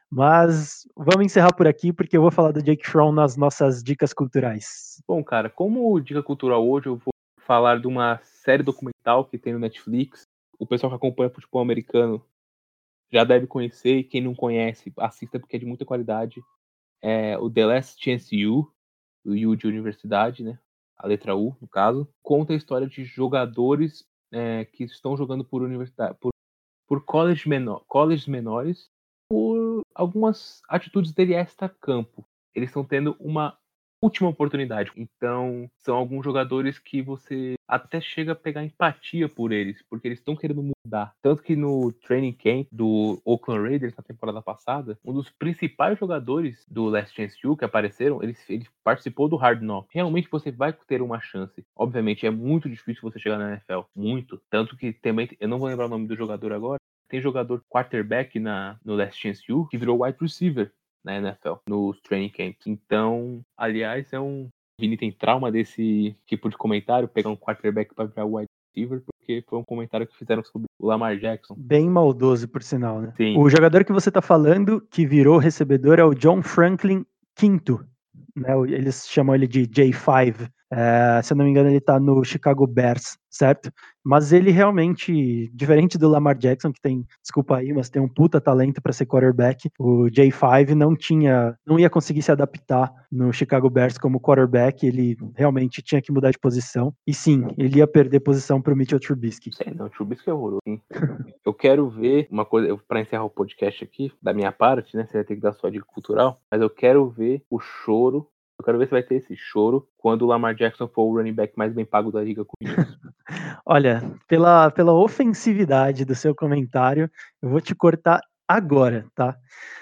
Mas vamos encerrar por aqui, porque eu vou falar do Jake Fromm nas nossas dicas culturais. Bom, cara, como dica cultural hoje, eu vou falar de uma série documental que tem no Netflix. O pessoal que acompanha futebol americano já deve conhecer, e quem não conhece, assista porque é de muita qualidade. É o The Last Chance U, o U de universidade, né? A letra U, no caso. Conta a história de jogadores é, que estão jogando por universidade, por, por college menor, colleges menores, por algumas atitudes dele extra-campo. Eles estão tendo uma última oportunidade. Então, são alguns jogadores que você até chega a pegar empatia por eles, porque eles estão querendo mudar. Tanto que no training camp do Oakland Raiders na temporada passada, um dos principais jogadores do Last Chance U que apareceram, ele, ele participou do Hard Knock. Realmente você vai ter uma chance. Obviamente é muito difícil você chegar na N F L, muito. Tanto que também, eu não vou lembrar o nome do jogador agora, tem jogador quarterback na, no Last Chance U que virou wide receiver na N F L, nos training camps. Então, aliás, é um... O Vini tem trauma desse tipo de comentário, pegar um quarterback para virar wide receiver, porque foi um comentário que fizeram sobre o Lamar Jackson. Bem maldoso, por sinal, né? Sim. O jogador que você tá falando, que virou recebedor, é o John Franklin quinto. Né? Eles chamam ele de J cinco. É, se eu não me engano, ele tá no Chicago Bears, certo? Mas ele realmente, diferente do Lamar Jackson, que tem, desculpa aí, mas tem um puta talento para ser quarterback, o J cinco não tinha, não ia conseguir se adaptar no Chicago Bears como quarterback, ele realmente tinha que mudar de posição, e sim, ele ia perder posição pro Mitchell Trubisky. Sei não, o Trubisky é horroroso. Eu quero ver uma coisa, para encerrar o podcast aqui, da minha parte, né, você vai ter que dar sua dica cultural, mas eu quero ver o choro. Eu quero ver se vai ter esse choro quando o Lamar Jackson for o running back mais bem pago da liga com isso. Olha, pela, pela ofensividade do seu comentário, eu vou te cortar agora, tá?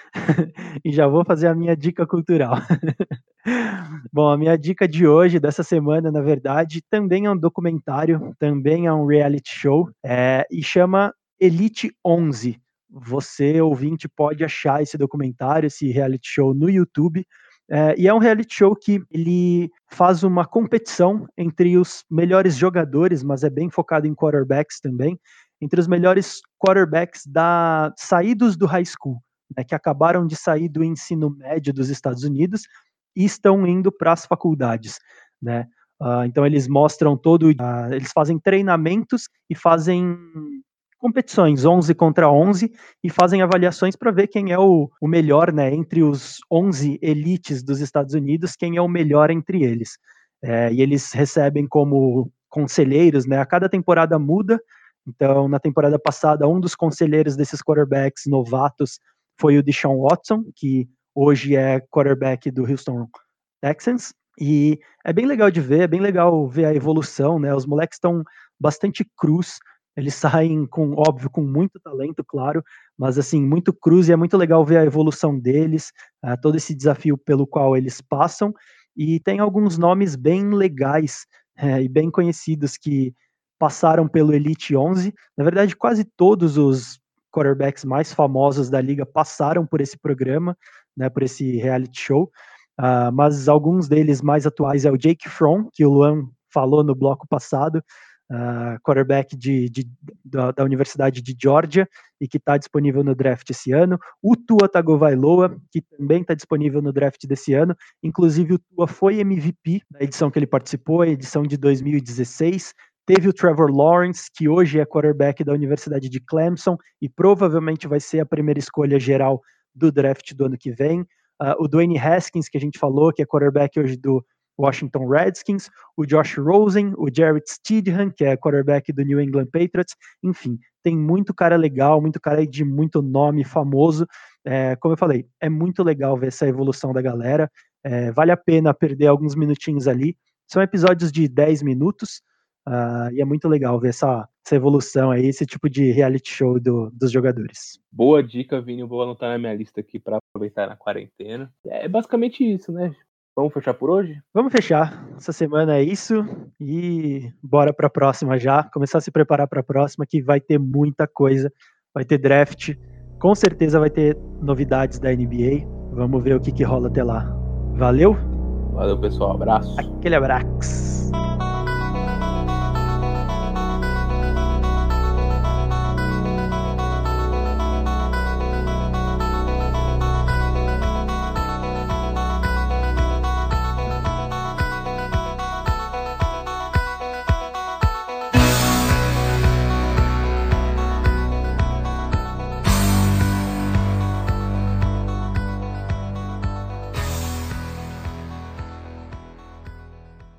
E já vou fazer a minha dica cultural. Bom, a minha dica de hoje, dessa semana, na verdade, também é um documentário, também é um reality show, é, e chama Elite onze. Você, ouvinte, pode achar esse documentário, esse reality show no YouTube. É, e é um reality show que ele faz uma competição entre os melhores jogadores, mas é bem focado em quarterbacks também, entre os melhores quarterbacks da, saídos do high school, né, que acabaram de sair do ensino médio dos Estados Unidos e estão indo para as faculdades, né? Uh, então eles mostram todo, uh, eles fazem treinamentos e fazem competições onze contra onze e fazem avaliações para ver quem é o, o melhor, né, entre os onze elites dos Estados Unidos, quem é o melhor entre eles. É, e eles recebem como conselheiros, né, a cada temporada muda. Então, na temporada passada, um dos conselheiros desses quarterbacks novatos foi o Deshaun Watson, que hoje é quarterback do Houston Texans. E é bem legal de ver, é bem legal ver a evolução, né? Os moleques estão bastante crus, eles saem com, óbvio, com muito talento, claro, mas assim, muito cruz, e é muito legal ver a evolução deles, uh, todo esse desafio pelo qual eles passam, e tem alguns nomes bem legais é, e bem conhecidos que passaram pelo Elite onze. Na verdade, quase todos os quarterbacks mais famosos da liga passaram por esse programa, né, por esse reality show, uh, mas alguns deles mais atuais é o Jake Fromm, que o Luan falou no bloco passado, Uh, quarterback de, de, da, da Universidade de Georgia e que está disponível no draft esse ano, o Tua Tagovailoa, que também está disponível no draft desse ano, inclusive o Tua foi M V P da edição que ele participou, a edição de dois mil e dezesseis, teve o Trevor Lawrence, que hoje é quarterback da Universidade de Clemson e provavelmente vai ser a primeira escolha geral do draft do ano que vem, uh, o Dwayne Haskins, que a gente falou, que é quarterback hoje do Washington Redskins, o Josh Rosen, o Jarrett Stidham, que é quarterback do New England Patriots, enfim, tem muito cara legal, muito cara de muito nome famoso, é, como eu falei, é muito legal ver essa evolução da galera, é, vale a pena perder alguns minutinhos ali, são episódios de dez minutos, uh, e é muito legal ver essa, essa evolução aí, esse tipo de reality show do, dos jogadores. Boa dica, Vini, eu vou anotar na minha lista aqui para aproveitar na quarentena. É basicamente isso, né? Vamos fechar por hoje? Vamos fechar. Essa semana é isso e bora para a próxima já. Começar a se preparar para a próxima, que vai ter muita coisa. Vai ter draft. Com certeza vai ter novidades da N B A. Vamos ver o que, que rola até lá. Valeu? Valeu, pessoal. Abraço. Aquele abraço.